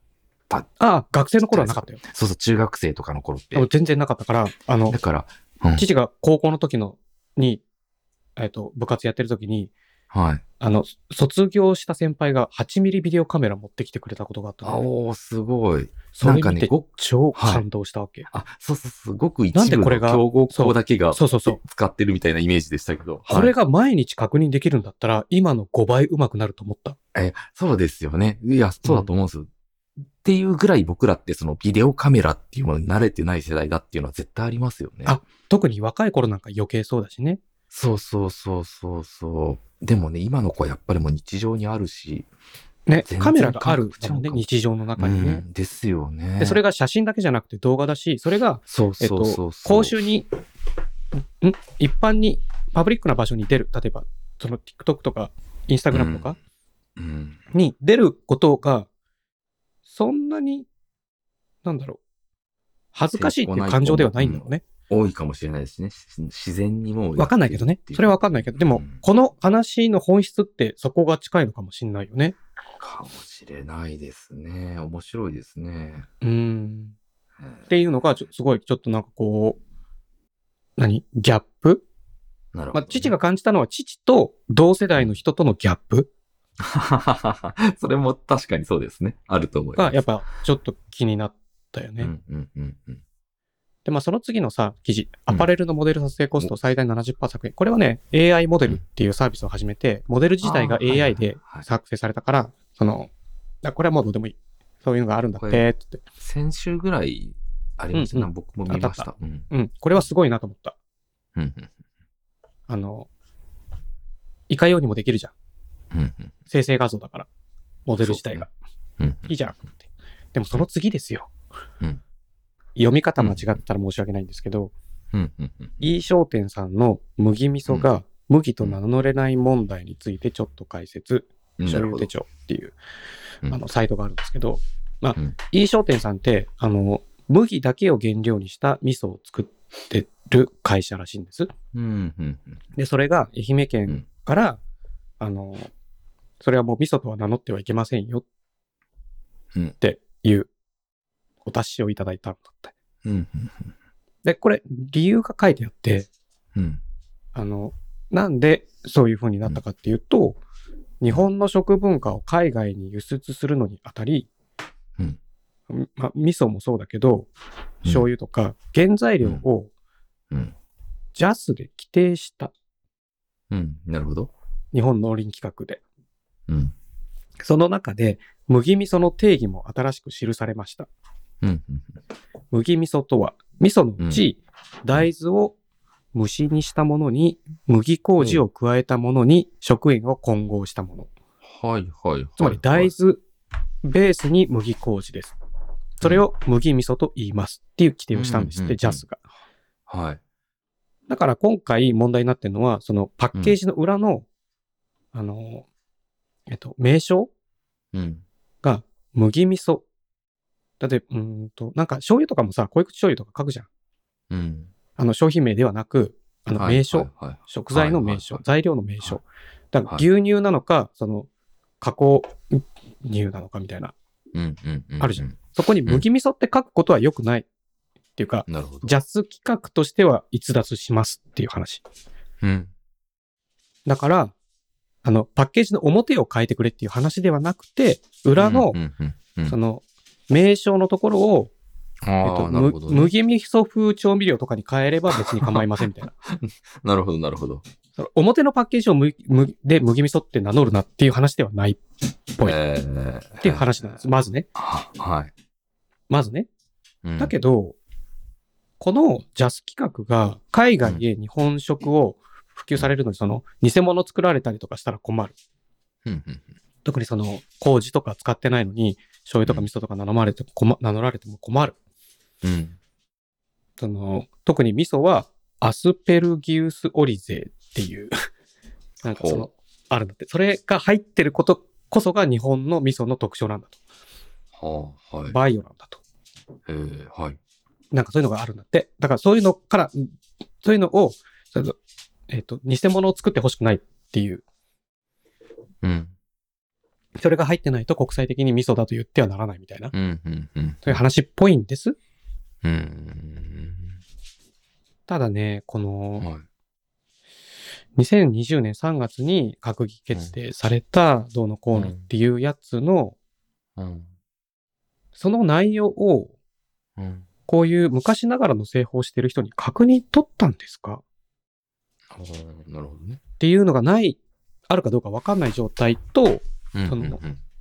Speaker 1: ああ、学生の頃はなかったよ。
Speaker 2: そうそう、中学生とかの頃って。
Speaker 1: 全然なかったから、あの、
Speaker 2: だから、
Speaker 1: うん、父が高校の時の、に、えっと、部活やってる時に、
Speaker 2: はい。
Speaker 1: あの、卒業した先輩がはちミリビデオカメラ持ってきてくれたことがあったの、ね。
Speaker 2: おー、すごい。
Speaker 1: それ見て超感動したわけ。
Speaker 2: はい、あ、そうそう、すごく一部の強豪校だけが
Speaker 1: そうそうそう
Speaker 2: 使ってるみたいなイメージでしたけど。
Speaker 1: これが毎日確認できるんだったら、今のごばい上手くなると思った。
Speaker 2: え、そうですよね。いや、そうだと思うんですよ。うん、っていうぐらい僕らってそのビデオカメラっていうものに慣れてない世代だっていうのは絶対ありますよね。
Speaker 1: あ、特に若い頃なんか余計そうだしね。
Speaker 2: そうそうそうそうそう。でもね、今の子はやっぱりもう日常にあるし。
Speaker 1: ね、カメラがあるもんね、日常の中にね、
Speaker 2: うん。ですよね。
Speaker 1: で、それが写真だけじゃなくて動画だし、それが、
Speaker 2: そうそうそうそう、
Speaker 1: えっと、公衆に、ん一般に、パブリックな場所に出る。例えば、その TikTok とか、Instagram とかに出ることが、そんなに、なんだろう、恥ずかしいっていう感情ではないんだろうね。
Speaker 2: 多いかもしれないですね。自然にもう。
Speaker 1: わかんないけどね。それはわかんないけど、でも、うん、この話の本質ってそこが近いのかもしれないよね。
Speaker 2: かもしれないですね。面白いですね。
Speaker 1: うーん。っていうのが、すごい、ちょっとなんかこう、何？ギャップ？
Speaker 2: なるほど、ね。
Speaker 1: まあ、父が感じたのは、父と同世代の人とのギャップ。
Speaker 2: それも確かにそうですね。あると思います。
Speaker 1: が、やっぱ、ちょっと気になったよね。
Speaker 2: うんうんうんうん。
Speaker 1: で、まあ、その次のさ、記事、アパレルのモデル撮影コスト最大 ななじゅっパーセント 削減。これはね、エーアイ モデルっていうサービスを始めて、モデル自体が エーアイ で作成されたから、その、これはもうどうでもいい。そういうのがあるんだって、って。
Speaker 2: 先週ぐらいありましたね。僕も見ました。
Speaker 1: うん。うん。これはすごいなと思った。
Speaker 2: うん。
Speaker 1: あの、いかようにもできるじゃん。
Speaker 2: うん。
Speaker 1: 生成画像だから、モデル自体が。
Speaker 2: うん。
Speaker 1: いいじゃんって。でもその次ですよ。
Speaker 2: うん。
Speaker 1: 読み方間違ってたら申し訳ないんですけど、
Speaker 2: うんうんうん、
Speaker 1: E 商店さんの麦味噌が麦と名乗れない問題についてちょっと解説、
Speaker 2: うん、
Speaker 1: 醤油手帳っていう、
Speaker 2: うん、
Speaker 1: あのサイトがあるんですけど、まあ、
Speaker 2: うん、
Speaker 1: E 商店さんってあの麦だけを原料にした味噌を作ってる会社らしいんです。
Speaker 2: うんうんうん、
Speaker 1: で、それが愛媛県から、うん、あの、それはもう味噌とは名乗ってはいけませんよっていうお達しをいただいたんだって。
Speaker 2: うんうんうん、
Speaker 1: で、これ理由が書いてあって、
Speaker 2: うん、あ
Speaker 1: の、なんでそういう風になったかっていうと、うん、日本の食文化を海外に輸出するのにあたり、
Speaker 2: うん
Speaker 1: まあ、味噌もそうだけど、醤油とか原材料をジャスで規定した。
Speaker 2: うん、うん、なるほど。
Speaker 1: 日本農林規格で。
Speaker 2: うん、
Speaker 1: その中で麦味噌の定義も新しく記されました。
Speaker 2: うんうん、
Speaker 1: 麦味噌とは、味噌のうち、うん、大豆を蒸しにしたものに麦麹を加えたものに食塩を混合したもの。
Speaker 2: はいはいはい。
Speaker 1: つまり大豆ベースに麦麹です。それを麦味噌と言いますっていう規定をしたんですって、うんうんうん、ジャスが。
Speaker 2: はい。
Speaker 1: だから今回問題になってるのは、そのパッケージの裏の、うん、あの、えっと、名称が麦味噌。だって、うんと、なんか醤油とかもさ、濃い口醤油とか書くじゃん。
Speaker 2: うん。
Speaker 1: あの商品名ではなく、あの名称、はいはいはい、食材の名称、はいはいはい、材料の名称。はい、だから牛乳なのか、その加工乳なのかみたいな、
Speaker 2: うんうんうんうん、
Speaker 1: あるじゃん。そこに麦味噌って書くことは良くないっていうか、
Speaker 2: なるほど。
Speaker 1: ジャス規格としては逸脱しますっていう話。
Speaker 2: うん。
Speaker 1: だから、あのパッケージの表を変えてくれっていう話ではなくて、裏の、
Speaker 2: うんうんうんうん、
Speaker 1: その名称のところを
Speaker 2: あえっと、なるほどね、
Speaker 1: 麦味噌風調味料とかに変えれば別に構いませんみたいな。
Speaker 2: なるほど、なるほど。
Speaker 1: その表のパッケージをむむで麦味噌って名乗るなっていう話ではないっぽい。えー、っていう話なんです。まずね。
Speaker 2: はい。
Speaker 1: まずね。
Speaker 2: うん、
Speaker 1: だけど、このジャス規格が海外へ日本食を普及されるのに、その偽物作られたりとかしたら困る。
Speaker 2: うんうんうん、
Speaker 1: 特にその麹とか使ってないのに、醤油とか味噌とか名乗られても困、名乗られても困る。
Speaker 2: うん、
Speaker 1: その特に味噌はアスペルギウスオリゼっていうなんかそのあるんだって、それが入ってることこそが日本の味噌の特徴なんだ
Speaker 2: と。はあ、はい。
Speaker 1: バイオなんだと。
Speaker 2: へえ、はい。
Speaker 1: なんかそういうのがあるんだって。だからそういうのからそういうのをそのえっと偽物を作ってほしくないっていう。
Speaker 2: うん。
Speaker 1: それが入ってないと国際的に味噌だと言ってはならないみたいな。
Speaker 2: うんうんうん。
Speaker 1: そういう話っぽいんです。
Speaker 2: うん。
Speaker 1: ただね、この、
Speaker 2: はい、
Speaker 1: にせんにじゅうねんさんがつに閣議決定されたどうのこうのっていうやつの、
Speaker 2: うん、
Speaker 1: その内容を、
Speaker 2: うん、
Speaker 1: こういう昔ながらの製法をしている人に確認取ったんですか？
Speaker 2: なるほどね。
Speaker 1: っていうのがない、あるかどうか分かんない状態と、
Speaker 2: うんうんうん、
Speaker 1: そのだ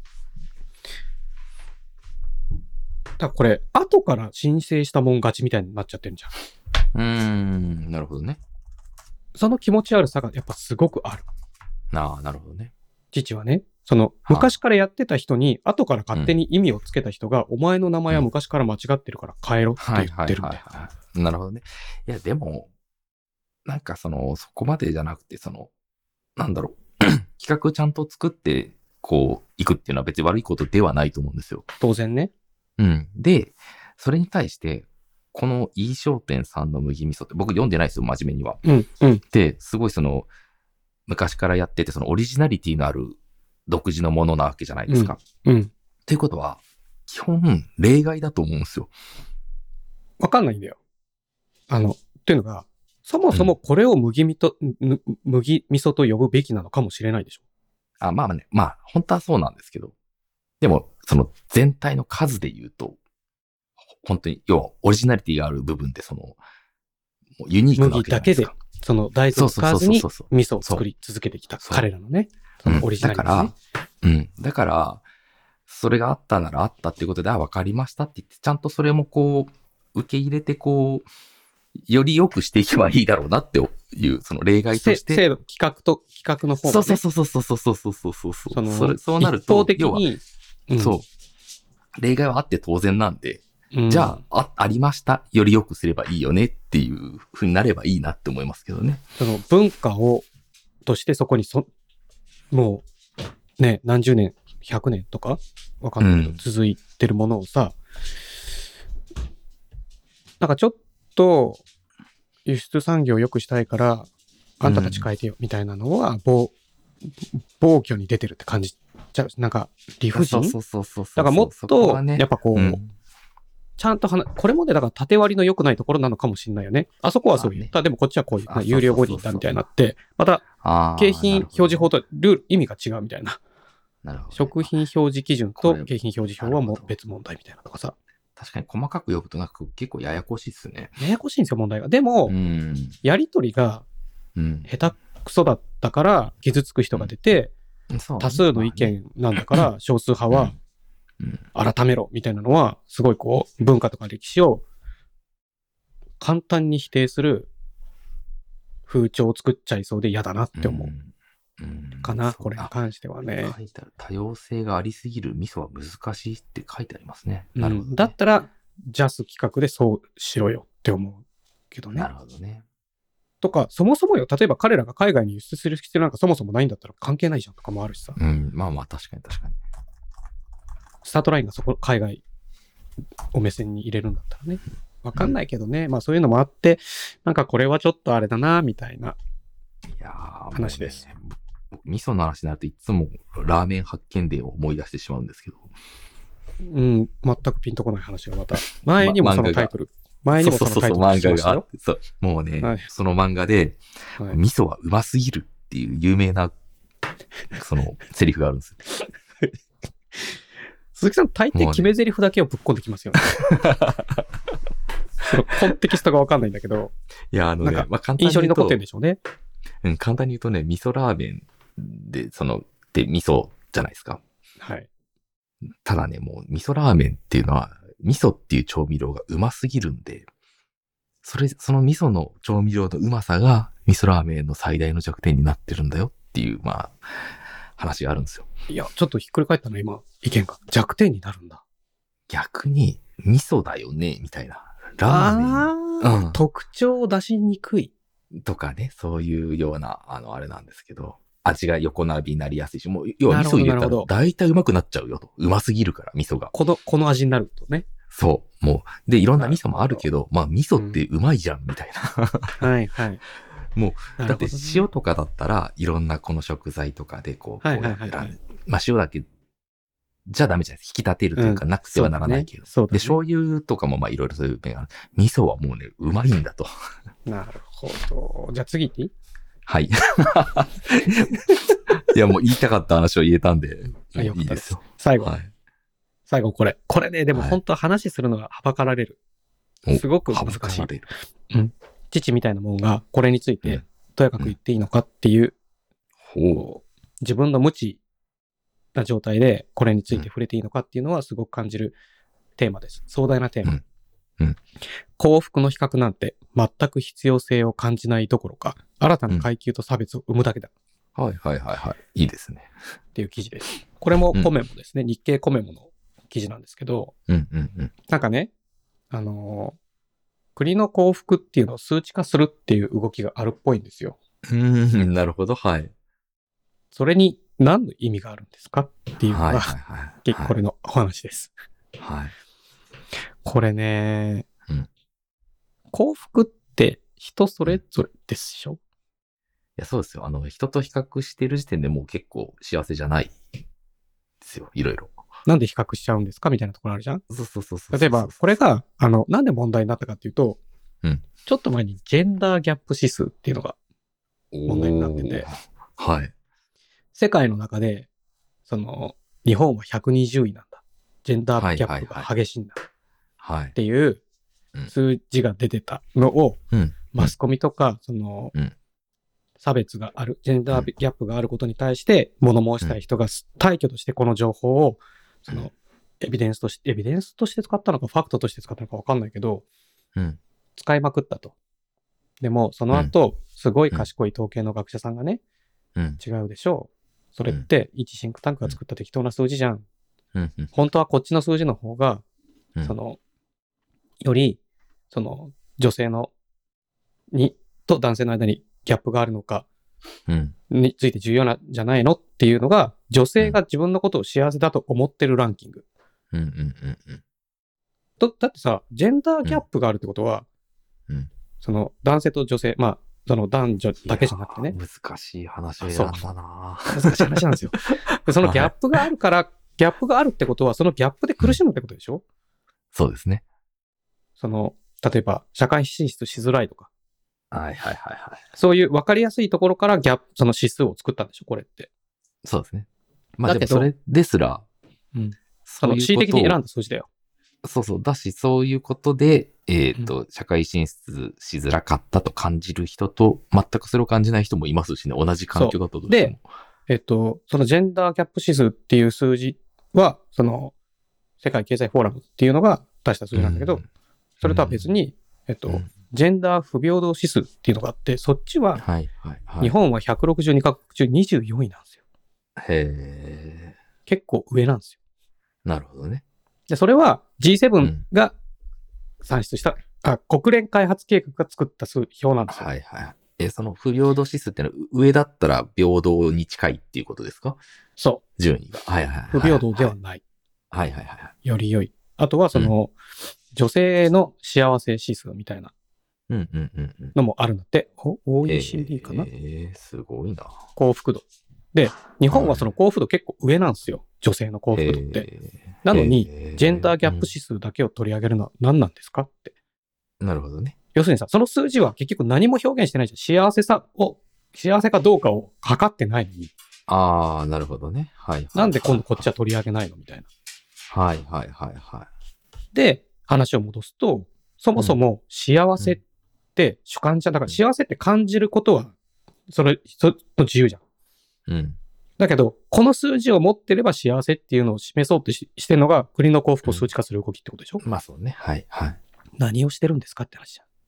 Speaker 1: からこれ、後から申請したもん勝ちみたいになっちゃってるじゃん。
Speaker 2: うーん、なるほどね。
Speaker 1: その気持ち悪さがやっぱすごくある。
Speaker 2: ああ、なるほどね。
Speaker 1: 父はね、その昔からやってた人に、後から勝手に意味をつけた人が、うん、お前の名前は昔から間違ってるから変えろって言ってるんだよ。
Speaker 2: はいはいはいはい。なるほどね。いや、でも、なんかその、そこまでじゃなくて、その、なんだろう。企画ちゃんと作って、こう、行くっていうのは別に悪いことではないと思うんですよ。
Speaker 1: 当然ね。
Speaker 2: うん。で、それに対して、この E 商店さんの麦味噌って僕読んでないですよ、真面目には。
Speaker 1: うんうん、
Speaker 2: で、すごいその、昔からやってて、そのオリジナリティのある独自のものなわけじゃないですか。
Speaker 1: うん。うん、
Speaker 2: ということは、基本、例外だと思うんですよ。
Speaker 1: わかんないんだよ。あの、っていうのが、そもそもこれを麦味噌、うん、麦味噌と呼ぶべきなのかもしれないでしょ。
Speaker 2: あ、まあね、まあ、本当はそうなんですけど。でも、その全体の数で言うと、本当に、要はオリジナリティがある部分ってその、ユニークなわけじゃないですか。
Speaker 1: 麦だけで、その大豆を使わずに味噌を作り続けてきた彼らのね、そのオリジナリティ、ね、
Speaker 2: だから、うん。だから、それがあったならあったっていうことで、あ、わかりましたって言って、ちゃんとそれもこう、受け入れてこう、より良くしていけばいいだろうなっていう、その例外として。
Speaker 1: 制度、企画と、企画の方が、ね。
Speaker 2: そうそうそうそうそうそうそうそうそう。
Speaker 1: その、
Speaker 2: それそうなると、
Speaker 1: 一方的に、
Speaker 2: うん、そう。例外はあって当然なんで、うん、じゃあ、あ、ありました。より良くすればいいよねっていう風になればいいなって思いますけどね。
Speaker 1: その文化を、としてそこにそ、もう、ね、何十年、ひゃくねんとかわかんないけど、うん、続いてるものをさ、なんかちょっと、輸出産業を良くしたいから、あんたたち変えてよ、みたいなのは、暴、暴挙に出てるって感じちゃう。なんか、理不尽？
Speaker 2: そうそうそうそう。
Speaker 1: だからもっと、ね、やっぱこう、うん、ちゃんと話、これまでだから縦割りの良くないところなのかもしれないよね。あそこはそういう。ね、ただでもこっちはこういう、有料ボディだみたいになって、また、景品表示法とルール、意味が違うみたいな。
Speaker 2: なるほど、ね。
Speaker 1: 食品表示基準と景品表示表はもう別問題みたいなとかさ。
Speaker 2: 確かに細かく呼ぶとなんか結構ややこしいっすね。
Speaker 1: ややこしいんですよ、問題が。でも、うん、やりとりが下手くそだったから傷つく人が出て、うん、多数の意見なんだから少数派は改めろみたいなのは、すごいこう、文化とか歴史を簡単に否定する風潮を作っちゃいそうで嫌だなって思う。うんうん、かな、これに関してはね。
Speaker 2: 書いてある。多様性がありすぎる味噌は難しいって書いてありますね。
Speaker 1: なるほど、ね。だったら、ジャス企画でそうしろよって思うけどね。
Speaker 2: なるほどね。
Speaker 1: とか、そもそもよ、例えば彼らが海外に輸出する必要なんかそもそもないんだったら関係ないじゃんとかもあるしさ。
Speaker 2: うん、まあまあ確かに確かに。
Speaker 1: スタートラインがそこ、海外を目線に入れるんだったらね。わかんないけどね。うん、まあそういうのもあって、なんかこれはちょっとあれだな、みたいな話です。
Speaker 2: 味噌の話になるといつもラーメン発見伝を思い出してしまうんですけど。
Speaker 1: うん、全くピンとこない話がまた。前にもそのタイトル。ま、前にもそのタイトル。
Speaker 2: そうそうそう、漫画があって。そう。もうね、はい、その漫画で、はい、味噌はうますぎるっていう有名な、その、セリフがあるんですよ。
Speaker 1: 鈴木さん、大抵決め台詞だけをぶっ込んできますよね。そのコンテキストがわかんないんだけど。
Speaker 2: いや、あのね、まあ、簡単に
Speaker 1: 印象に残ってるんでしょうね。
Speaker 2: うん、簡単に言うとね、味噌ラーメンで、その、で、味噌じゃないですか。
Speaker 1: はい。
Speaker 2: ただね、もう、味噌ラーメンっていうのは、味噌っていう調味料がうますぎるんで、それ、その味噌の調味料のうまさが、味噌ラーメンの最大の弱点になってるんだよっていう、まあ、話があるんですよ。
Speaker 1: いや、ちょっとひっくり返ったな、今、意見が。弱点になるんだ。
Speaker 2: 逆に、味噌だよね、みたいな。ラーメン。
Speaker 1: あ、うん、特徴を出しにくい。
Speaker 2: とかね、そういうような、あの、あれなんですけど、味が横並びになりやすいし、もう、要は味噌入れたら大体うまくなっちゃうよと。うますぎるから、味噌が。
Speaker 1: この、この味になるとね。
Speaker 2: そう。もう、で、いろんな味噌もあるけど、まあ、味噌ってうまいじゃん、みたい
Speaker 1: な。はいはい。
Speaker 2: もう、だって塩とかだったら、いろんなこの食材とかで、こう、はいはいはい、はい。まあ、塩だけじゃダメじゃないですか。引き立てるというか、なくてはならないけど。うん、そうだね。で、醤油とかもまあいろいろそういう面がある。味噌はもうね、うまいんだと。
Speaker 1: なるほど。じゃあ次行っていい？
Speaker 2: はい。いや、もう言いたかった話を言えたんで、いいですよ。
Speaker 1: 最後。はい、最後これ。これね、でも本当話するのがはばかられる。はい、すごく難しい。はばかられる。うん。父みたいなもんが、これについて、とやかく言っていいのかっていう、うん、こう自分の無知な状態でこれについて触れていいのかっていうのはすごく感じるテーマです。壮大なテーマ。うんうん、幸福の比較なんて全く必要性を感じないどころか、新たな階級と差別を生むだけだ。
Speaker 2: うん、はいはいはいはい。いいですね。
Speaker 1: っていう記事です。これもコメモですね。うん、日経コメモの記事なんですけど、
Speaker 2: うんうんうん、
Speaker 1: なんかね、あのー、国の幸福っていうのを数値化するっていう動きがあるっぽいんですよ。
Speaker 2: うん、なるほど、はい。
Speaker 1: それに何の意味があるんですかっていうのが、はいはいはい、結構これのお話です。
Speaker 2: はい。
Speaker 1: これね、
Speaker 2: うん、
Speaker 1: 幸福って人それぞれでしょ？い
Speaker 2: や、そうですよ。あの、人と比較してる時点でもう結構幸せじゃないですよ。いろいろ。
Speaker 1: なんで比較しちゃうんですかみたいなところあるじゃん？
Speaker 2: そうそうそうそう。
Speaker 1: 例えば、これが、あの、なんで問題になったかっていうと、
Speaker 2: うん、
Speaker 1: ちょっと前にジェンダーギャップ指数っていうのが問題になってて、
Speaker 2: はい。
Speaker 1: 世界の中で、その、日本はひゃくにじゅういなんだ。ジェンダーギャップが激しいんだ。
Speaker 2: はい。
Speaker 1: っていう数字が出てたのを、
Speaker 2: うん、
Speaker 1: マスコミとか、その、うん、差別がある、ジェンダーギャップがあることに対して物申したい人が大挙としてこの情報を、その、エビデンスとして、エビデンスとして使ったのか、ファクトとして使ったのかわかんないけど、
Speaker 2: うん、
Speaker 1: 使いまくったと。 でも、その後、すごい賢い統計の学者さんがね、
Speaker 2: うん。
Speaker 1: 違うでしょう。それって一シンクタンクが作った適当な数字じゃん。
Speaker 2: うん。うん。
Speaker 1: 本当はこっちの数字の方が、
Speaker 2: うん
Speaker 1: その、より、その、女性の、に、と男性の間にギャップがあるのか、
Speaker 2: うん。
Speaker 1: について重要なんじゃないのっていうのが、女性が自分のことを幸せだと思ってるランキング。
Speaker 2: うん。うん。うん。
Speaker 1: と、だってさ、ジェンダーギャップがあるってことは、
Speaker 2: うん。
Speaker 1: その、男性と女性、まあ、その男女だけじゃなくてね。
Speaker 2: 難しい話を選んだな
Speaker 1: 難しい話なんですよ。でそのギャップがあるから、ギャップがあるってことは、そのギャップで苦しむってことでしょ、うん、
Speaker 2: そうですね。
Speaker 1: その、例えば、社会進出しづらいとか。
Speaker 2: はいはいはいはい。
Speaker 1: そういう分かりやすいところからギャップ、その指数を作ったんでしょこれって。
Speaker 2: そうですね。まあでもそれですら、
Speaker 1: うん。その、恣意的に選んだ数字だよ。
Speaker 2: そうそう。だし、そういうことで、えっと、うん、社会進出しづらかったと感じる人と、全くそれを感じない人もいますしね。同じ環境だとどうしても。
Speaker 1: で、えっと、そのジェンダーギャップ指数っていう数字は、その、世界経済フォーラムっていうのが出した数字なんだけど、うん、それとは別に、えっと、うん、ジェンダー不平等指数っていうのがあって、そっちは、
Speaker 2: はいはいはい、
Speaker 1: 日本はひゃくろくじゅうにカ国中にじゅうよんいなんですよ。
Speaker 2: へー。
Speaker 1: 結構上なんですよ。
Speaker 2: なるほどね。
Speaker 1: で、それは ジーセブン が算出した、うん、あ、国連開発計画が作った数表なんですよ。
Speaker 2: はいはい。え、その不平等指数ってのは上だったら平等に近いっていうことですか？
Speaker 1: そう。
Speaker 2: 順位が。はいはいはい。
Speaker 1: 不平等ではない。
Speaker 2: はいはいはい。
Speaker 1: より良い。あとはその、うん、女性の幸せ指数みたいなのもあるんだって。オーイーシーディー かな？
Speaker 2: えー、すごいな。
Speaker 1: 幸福度。で、日本はその幸福度結構上なんですよ。女性の幸福度って。なのに、ジェンダーギャップ指数だけを取り上げるのは何なんですかって。
Speaker 2: なるほどね。
Speaker 1: 要するにさ、その数字は結局何も表現してないじゃん。幸せさを、幸せかどうかを測ってないのに。
Speaker 2: ああ、なるほどね。はい、はい。
Speaker 1: なんで今度こっちは取り上げないのみたいな。
Speaker 2: はいはいはいはい。
Speaker 1: で、話を戻すと、そもそも幸せって主観じゃん。だから幸せって感じることは、それ、その自由じゃん。
Speaker 2: うん。
Speaker 1: だけど、この数字を持ってれば幸せっていうのを示そうって し, してるのが国の幸福を数値化する動きってことでしょ、
Speaker 2: うん、まあそうね。はいはい。
Speaker 1: 何をしてるんですかって話じゃん。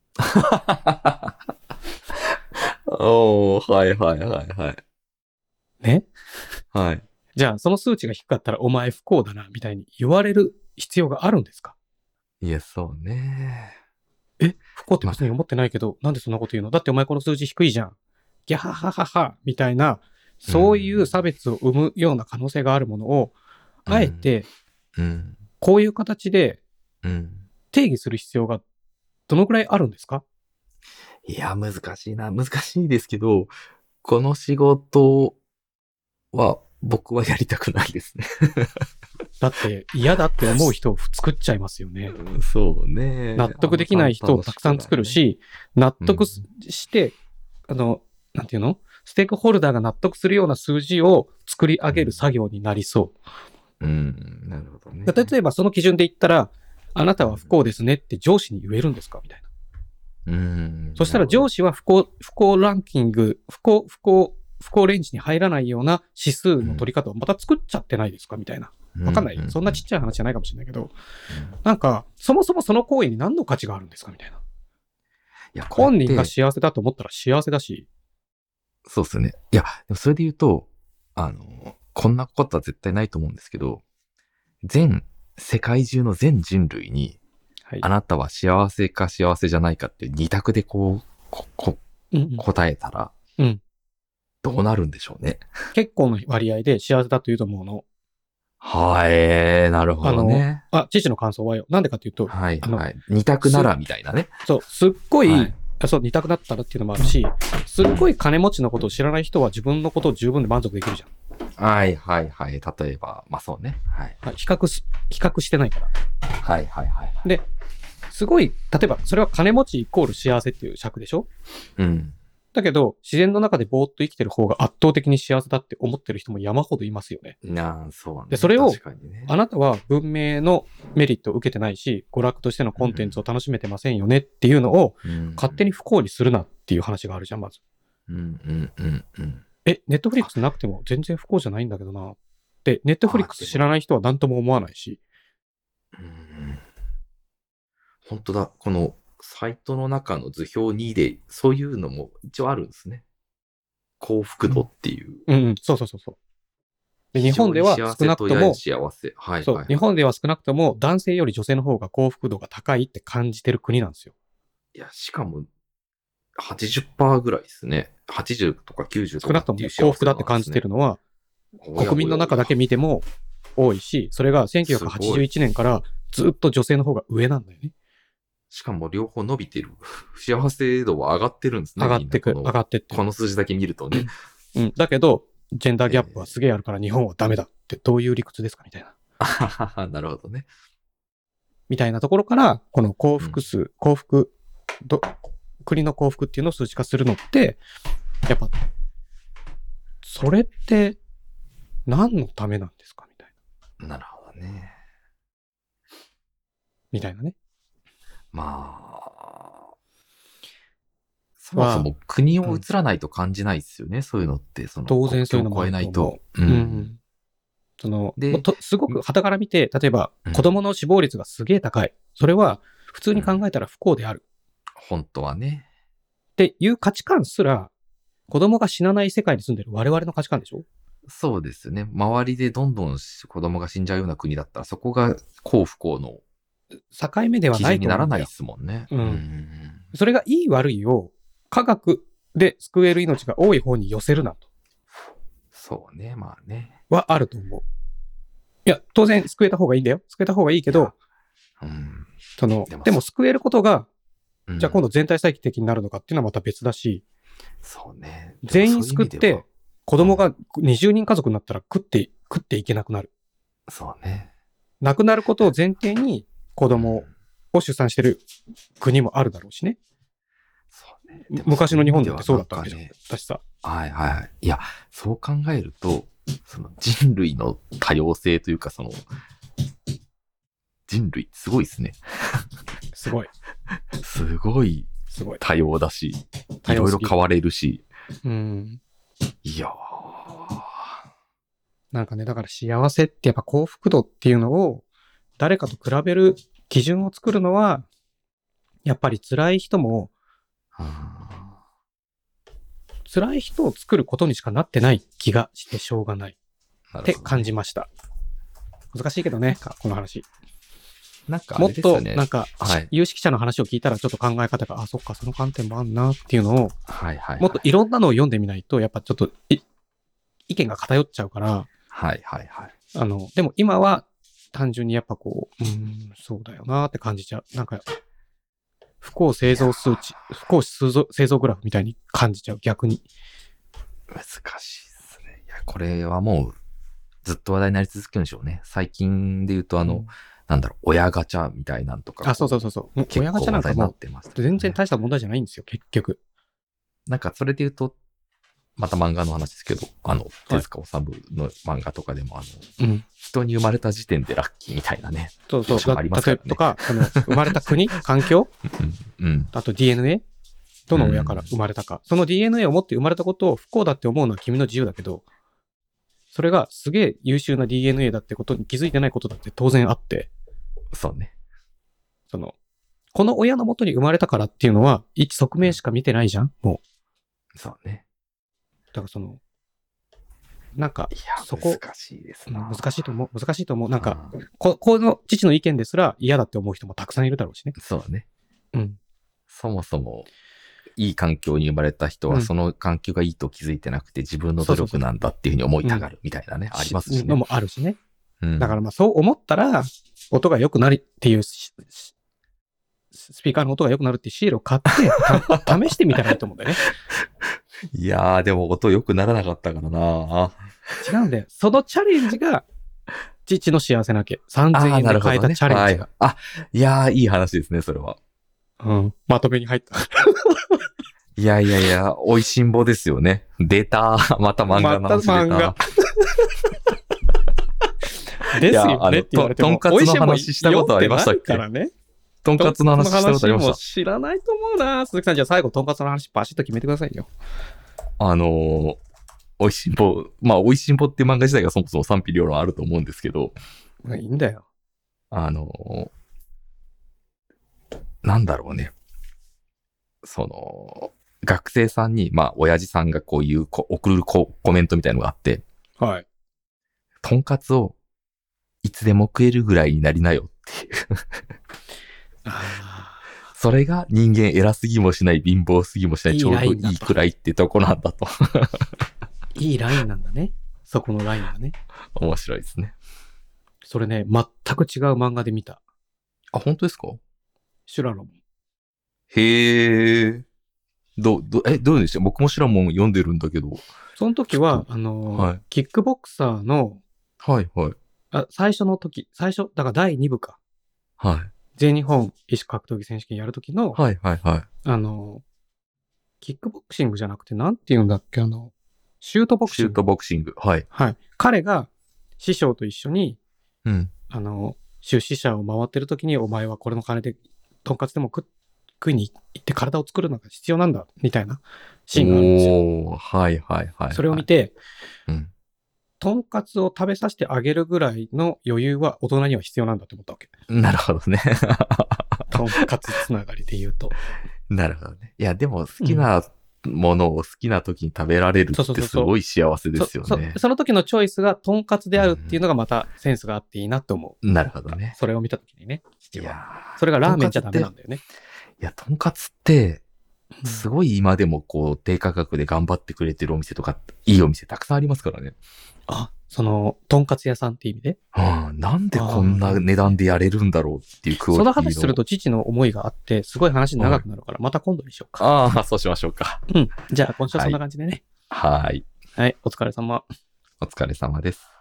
Speaker 2: おー、はいはいはいはい。
Speaker 1: ね？
Speaker 2: はい。
Speaker 1: じゃあ、その数値が低かったらお前不幸だな、みたいに言われる必要があるんですか？
Speaker 2: いや、そうね。
Speaker 1: え、不幸って別に思ってないけど、まあ、なんでそんなこと言うの？だってお前この数字低いじゃん。ギャハハハハ、みたいな、そういう差別を生むような可能性があるものを、うん、あえて、こういう形で定義する必要がどのくらいあるんですか？
Speaker 2: いや、難しいな。難しいですけど、この仕事は僕はやりたくないですね。
Speaker 1: だって嫌だって思う人を作っちゃいますよね。
Speaker 2: そうね。
Speaker 1: 納得できない人をたくさん作るし、納得して、うん、あの、なんていうの？ステークホルダーが納得するような数字を作り上げる作業になりそう。
Speaker 2: うん、うん、なるほどね。
Speaker 1: 例えばその基準で言ったら、あなたは不幸ですねって上司に言えるんですかみたいな。
Speaker 2: うん。
Speaker 1: そしたら上司は不幸、不幸ランキング、不幸、不幸、不幸レンジに入らないような指数の取り方をまた作っちゃってないですかみたいな。わかんないよ。そんなちっちゃい話じゃないかもしれないけど、なんか、そもそもその行為に何の価値があるんですかみたいな。いや、本人が幸せだと思ったら幸せだし。
Speaker 2: そうですよね。いや、でもそれで言うと、あの、こんなことは絶対ないと思うんですけど、全、世界中の全人類に、はい、あなたは幸せか幸せじゃないかっていう二択でこう、こ、こ、うんうん、答えたら、うん、どうなるんでしょうね。
Speaker 1: 結構の割合で幸せだというと思うの。
Speaker 2: はい、なるほどね。
Speaker 1: あの、あ、父の感想はよ。なんでかっていうと、
Speaker 2: はい、はい。二択ならみたいなね。
Speaker 1: そう、すっごい、はい、そう、二択だったらっていうのもあるし、すっごい金持ちのことを知らない人は自分のことを十分で満足できるじゃん。
Speaker 2: はいはいはい。例えば、まあそうね。はい。
Speaker 1: 比較す、比較してないから。
Speaker 2: はいはいはい。
Speaker 1: で、すごい、例えば、それは金持ちイコール幸せっていう尺でしょ？
Speaker 2: うん。
Speaker 1: だけど、自然の中でぼーっと生きてる方が圧倒的に幸せだって思ってる人も山ほどいますよね。
Speaker 2: なあ、そうね。
Speaker 1: で、それを、
Speaker 2: 確かにね、
Speaker 1: あなたは文明のメリットを受けてないし、娯楽としてのコンテンツを楽しめてませんよねっていうのを、うん、勝手に不幸にするなっていう話があるじゃん、まず。
Speaker 2: うんうんうんうん。
Speaker 1: え、ネットフリックスなくても全然不幸じゃないんだけどな。で、ネットフリックス知らない人は何とも思わないし。
Speaker 2: うん。本当だ。このサイトの中の図表にで、そういうのも一応あるんですね。幸福度っていう。
Speaker 1: うん、うん、そうそうそうそう。で日本では少なくとも、
Speaker 2: 幸せ。はい、
Speaker 1: そう、日本では少なくとも男性より女性の方が幸福度が高いって感じてる国なんですよ。
Speaker 2: いや、しかも、はちじゅっパーセント ぐらいですね。はちじゅうとかきゅうじゅうとか
Speaker 1: 少なくとも幸福だって感じてるのは、国民の中だけ見ても多いし、それがせんきゅうひゃくはちじゅういちねんからずっと女性の方が上なんだよね。
Speaker 2: しかも両方伸びてる。幸せ度は上がってるんですね。
Speaker 1: 上がってく、上がってって。
Speaker 2: この数字だけ見るとね。
Speaker 1: うん。だけど、ジェンダーギャップはすげえあるから日本はダメだってどういう理屈ですかみたい
Speaker 2: な。なるほどね。
Speaker 1: みたいなところから、この幸福数、うん、幸福ど、国の幸福っていうのを数値化するのって、やっぱ、それって何のためなんですかみたい
Speaker 2: な。なるほどね。
Speaker 1: みたいなね。
Speaker 2: まあ、そもそも国を移らないと感じないですよね、うん、そういうのって。その
Speaker 1: 当然そういうのも
Speaker 2: 超えないと。
Speaker 1: うん。うん、そので、すごく傍から見て、例えば、子供の死亡率がすげえ高い。それは、普通に考えたら不幸である。
Speaker 2: うん、本当はね。
Speaker 1: っていう価値観すら、子供が死なない世界に住んでる我々の価値観でしょ？
Speaker 2: そうですね。周りでどんどん子供が死んじゃうような国だったら、そこが幸不幸の
Speaker 1: 境目ではないと思うんだよ。基準
Speaker 2: にならないですもんね。
Speaker 1: うん。うん、それがいい悪いを科学で救える命が多い方に寄せるなと。
Speaker 2: そうね、まあね。
Speaker 1: はあると思う。いや、当然救えた方がいいんだよ。救えた方がいいけど、
Speaker 2: うん、
Speaker 1: その、でも、でも救えることが、うん、じゃあ今度全体最適になるのかっていうのはまた別だし、
Speaker 2: そうね。
Speaker 1: 全員救って、子供がにじゅうにん家族になったら食って、食っていけなくなる。
Speaker 2: そうね。
Speaker 1: 亡くなることを前提に子供を出産してる国もあるだろうしね。
Speaker 2: そうね。
Speaker 1: 昔の日本だってそうだったわけじゃん。私さ。
Speaker 2: はいはい。いや、そう考えると、その人類の多様性というか、その、人類ってすごいですね。
Speaker 1: すごい。
Speaker 2: すごい。
Speaker 1: すごい。
Speaker 2: 多様だし、いろいろ変われるし。
Speaker 1: うん。
Speaker 2: いやー。
Speaker 1: なんかね、だから幸せってやっぱ幸福度っていうのを誰かと比べる基準を作るのは、やっぱり辛い人も、辛い人を作ることにしかなってない気がしてしょうがないって感じました。難しいけどね、この話。
Speaker 2: なんかあれですよね、
Speaker 1: もっと、なんか、はい、有識者の話を聞いたらちょっと考え方が、あ、そっか、その観点もあんなっていうのを、
Speaker 2: はいはいはい、
Speaker 1: もっといろんなのを読んでみないと、やっぱちょっと意見が偏っちゃうから、
Speaker 2: はいはいはい。
Speaker 1: あの、でも今は単純にやっぱこう、うーん、そうだよなって感じちゃう。なんか、不幸製造数値、不幸製造グラフみたいに感じちゃう、逆に。
Speaker 2: 難しいですね。いや、これはもう、ずっと話題になり続けるんでしょうね。最近で言うと、あの、うん、なんだろう、親ガチャみたいなんとか。
Speaker 1: あ、そうそうそうそう。親ガチャなんかも全然大した問題じゃないんですよ、結局。
Speaker 2: なんかそれで言うと、また漫画の話ですけど、あの、手塚治虫の漫画とかでも、あの、うん、人に生まれた時点でラッキーみたいなね。
Speaker 1: そうそう。ありますからね。とか、あの、生まれた国、環境、
Speaker 2: うん、うん、
Speaker 1: あと ディーエヌエー、どの親から生まれたか、うん。その ディーエヌエー を持って生まれたことを不幸だって思うのは君の自由だけど、それがすげえ優秀な ディーエヌエー だってことに気づいてないことだって当然あって。
Speaker 2: そうね。
Speaker 1: その、この親の元に生まれたからっていうのは、一側面しか見てないじゃん、も
Speaker 2: う。そうね。
Speaker 1: だからその、なんか、
Speaker 2: いや、
Speaker 1: そこ、
Speaker 2: 難しいですね。
Speaker 1: 難しいと思う。難しいと思う。なんか、こ、この父の意見ですら嫌だって思う人もたくさんいるだろうしね。
Speaker 2: そうね。
Speaker 1: うん。
Speaker 2: そもそも、いい環境に生まれた人は、その環境がいいと気づいてなくて、自分の努力なんだっていうふうに思いたがるみたいなね、ありますしね。
Speaker 1: のもあるしね。うん、だからまあそう思ったら、音が良くなるっていう、スピーカーの音が良くなるっていうシールを買って、試してみたらいいと思うんだよね。
Speaker 2: いやー、でも音良くならなかったからな。
Speaker 1: 違うんだよ。そのチャレンジが、父の幸せなわけ。さんぜんえんで買えたチャレンジが。
Speaker 2: ね、はい、あ、いやー、いい話ですね、それは。
Speaker 1: うん。まとめに入った。
Speaker 2: いやいやいや、美味しんぼですよね。出た。また漫画の話出た。また漫画。
Speaker 1: ですよねって言われても。
Speaker 2: とんかつの話したことありましたっけ？
Speaker 1: からね。
Speaker 2: とんかつの話したことありました。
Speaker 1: 知らないと思うな。鈴木さん、じゃあ最後とんかつの話バシッと決めてくださいよ。
Speaker 2: あのー、美味しんぼ、まあ美味しんぼっていう漫画自体がそもそも賛否両論あると思うんですけど。
Speaker 1: いいんだよ。
Speaker 2: あのー、なんだろうね。 その、学生さんに、まあ、親父さんがこういうこ、送るコメントみたいのがあって、
Speaker 1: はい。
Speaker 2: とんかつをいつでも食えるぐらいになりなよっていう
Speaker 1: あ。
Speaker 2: それが人間偉すぎもしない、貧乏すぎもしない、
Speaker 1: いい
Speaker 2: ちょうどいいくらいってとこなんだと。
Speaker 1: いいラインなんだね。そこのラインがね。
Speaker 2: 面白いですね。
Speaker 1: それね、全く違う漫画で見た。
Speaker 2: あ、本当ですか？
Speaker 1: シュラロン。
Speaker 2: へー。ど、ど、え、どういうんでした？僕もシュラモン読んでるんだけど。
Speaker 1: その時は、あの、
Speaker 2: はい、
Speaker 1: キックボクサーの、
Speaker 2: はいはい。
Speaker 1: あ、最初の時、最初、だからだいに部か。
Speaker 2: はい。
Speaker 1: 全日本異種格闘技選手権やる時の、
Speaker 2: はいはいはい。
Speaker 1: あの、キックボクシングじゃなくて、なんて言うんだっけ、あの、シュートボクシング。
Speaker 2: シュートボクシング。はい。
Speaker 1: はい。彼が師匠と一緒に、
Speaker 2: うん。
Speaker 1: あの、出資者を回ってる時に、お前はこれの金で、とんかつでも食食いに行って体を作るのが必要なんだ、みたいなシーンがあるんですよ。
Speaker 2: おー、はいはいはい、はい。
Speaker 1: それを見て、
Speaker 2: うん。
Speaker 1: とんかつを食べさせてあげるぐらいの余裕は大人には必要なんだって思ったわけ。
Speaker 2: なるほどね。
Speaker 1: とんかつつながりで言うと。
Speaker 2: なるほどね。いや、でも好きなものを好きな時に食べられるってすごい幸せですよね。
Speaker 1: そうそうそうそ、その時のチョイスがとんかつであるっていうのがまたセンスがあっていいなって思う。
Speaker 2: うん、なるほどね。
Speaker 1: それを見た時にね。
Speaker 2: いや
Speaker 1: それがラーメンじゃダメなんだよね。
Speaker 2: いや、とんかつって、すごい今でもこう低価格で頑張ってくれてるお店とか、いいお店たくさんありますからね。
Speaker 1: あ、その、とんかつ屋さんって意味で、
Speaker 2: うん、なんでこんな値段でやれるんだろうっていうクオリティの。
Speaker 1: その話すると父の思いがあって、すごい話長くなるから、また今度にしようか。
Speaker 2: ああ、そうしましょうか。
Speaker 1: うん。じゃあ今週はそんな感じでね。
Speaker 2: はい。
Speaker 1: はい、お疲れ様。
Speaker 2: お疲れ様です。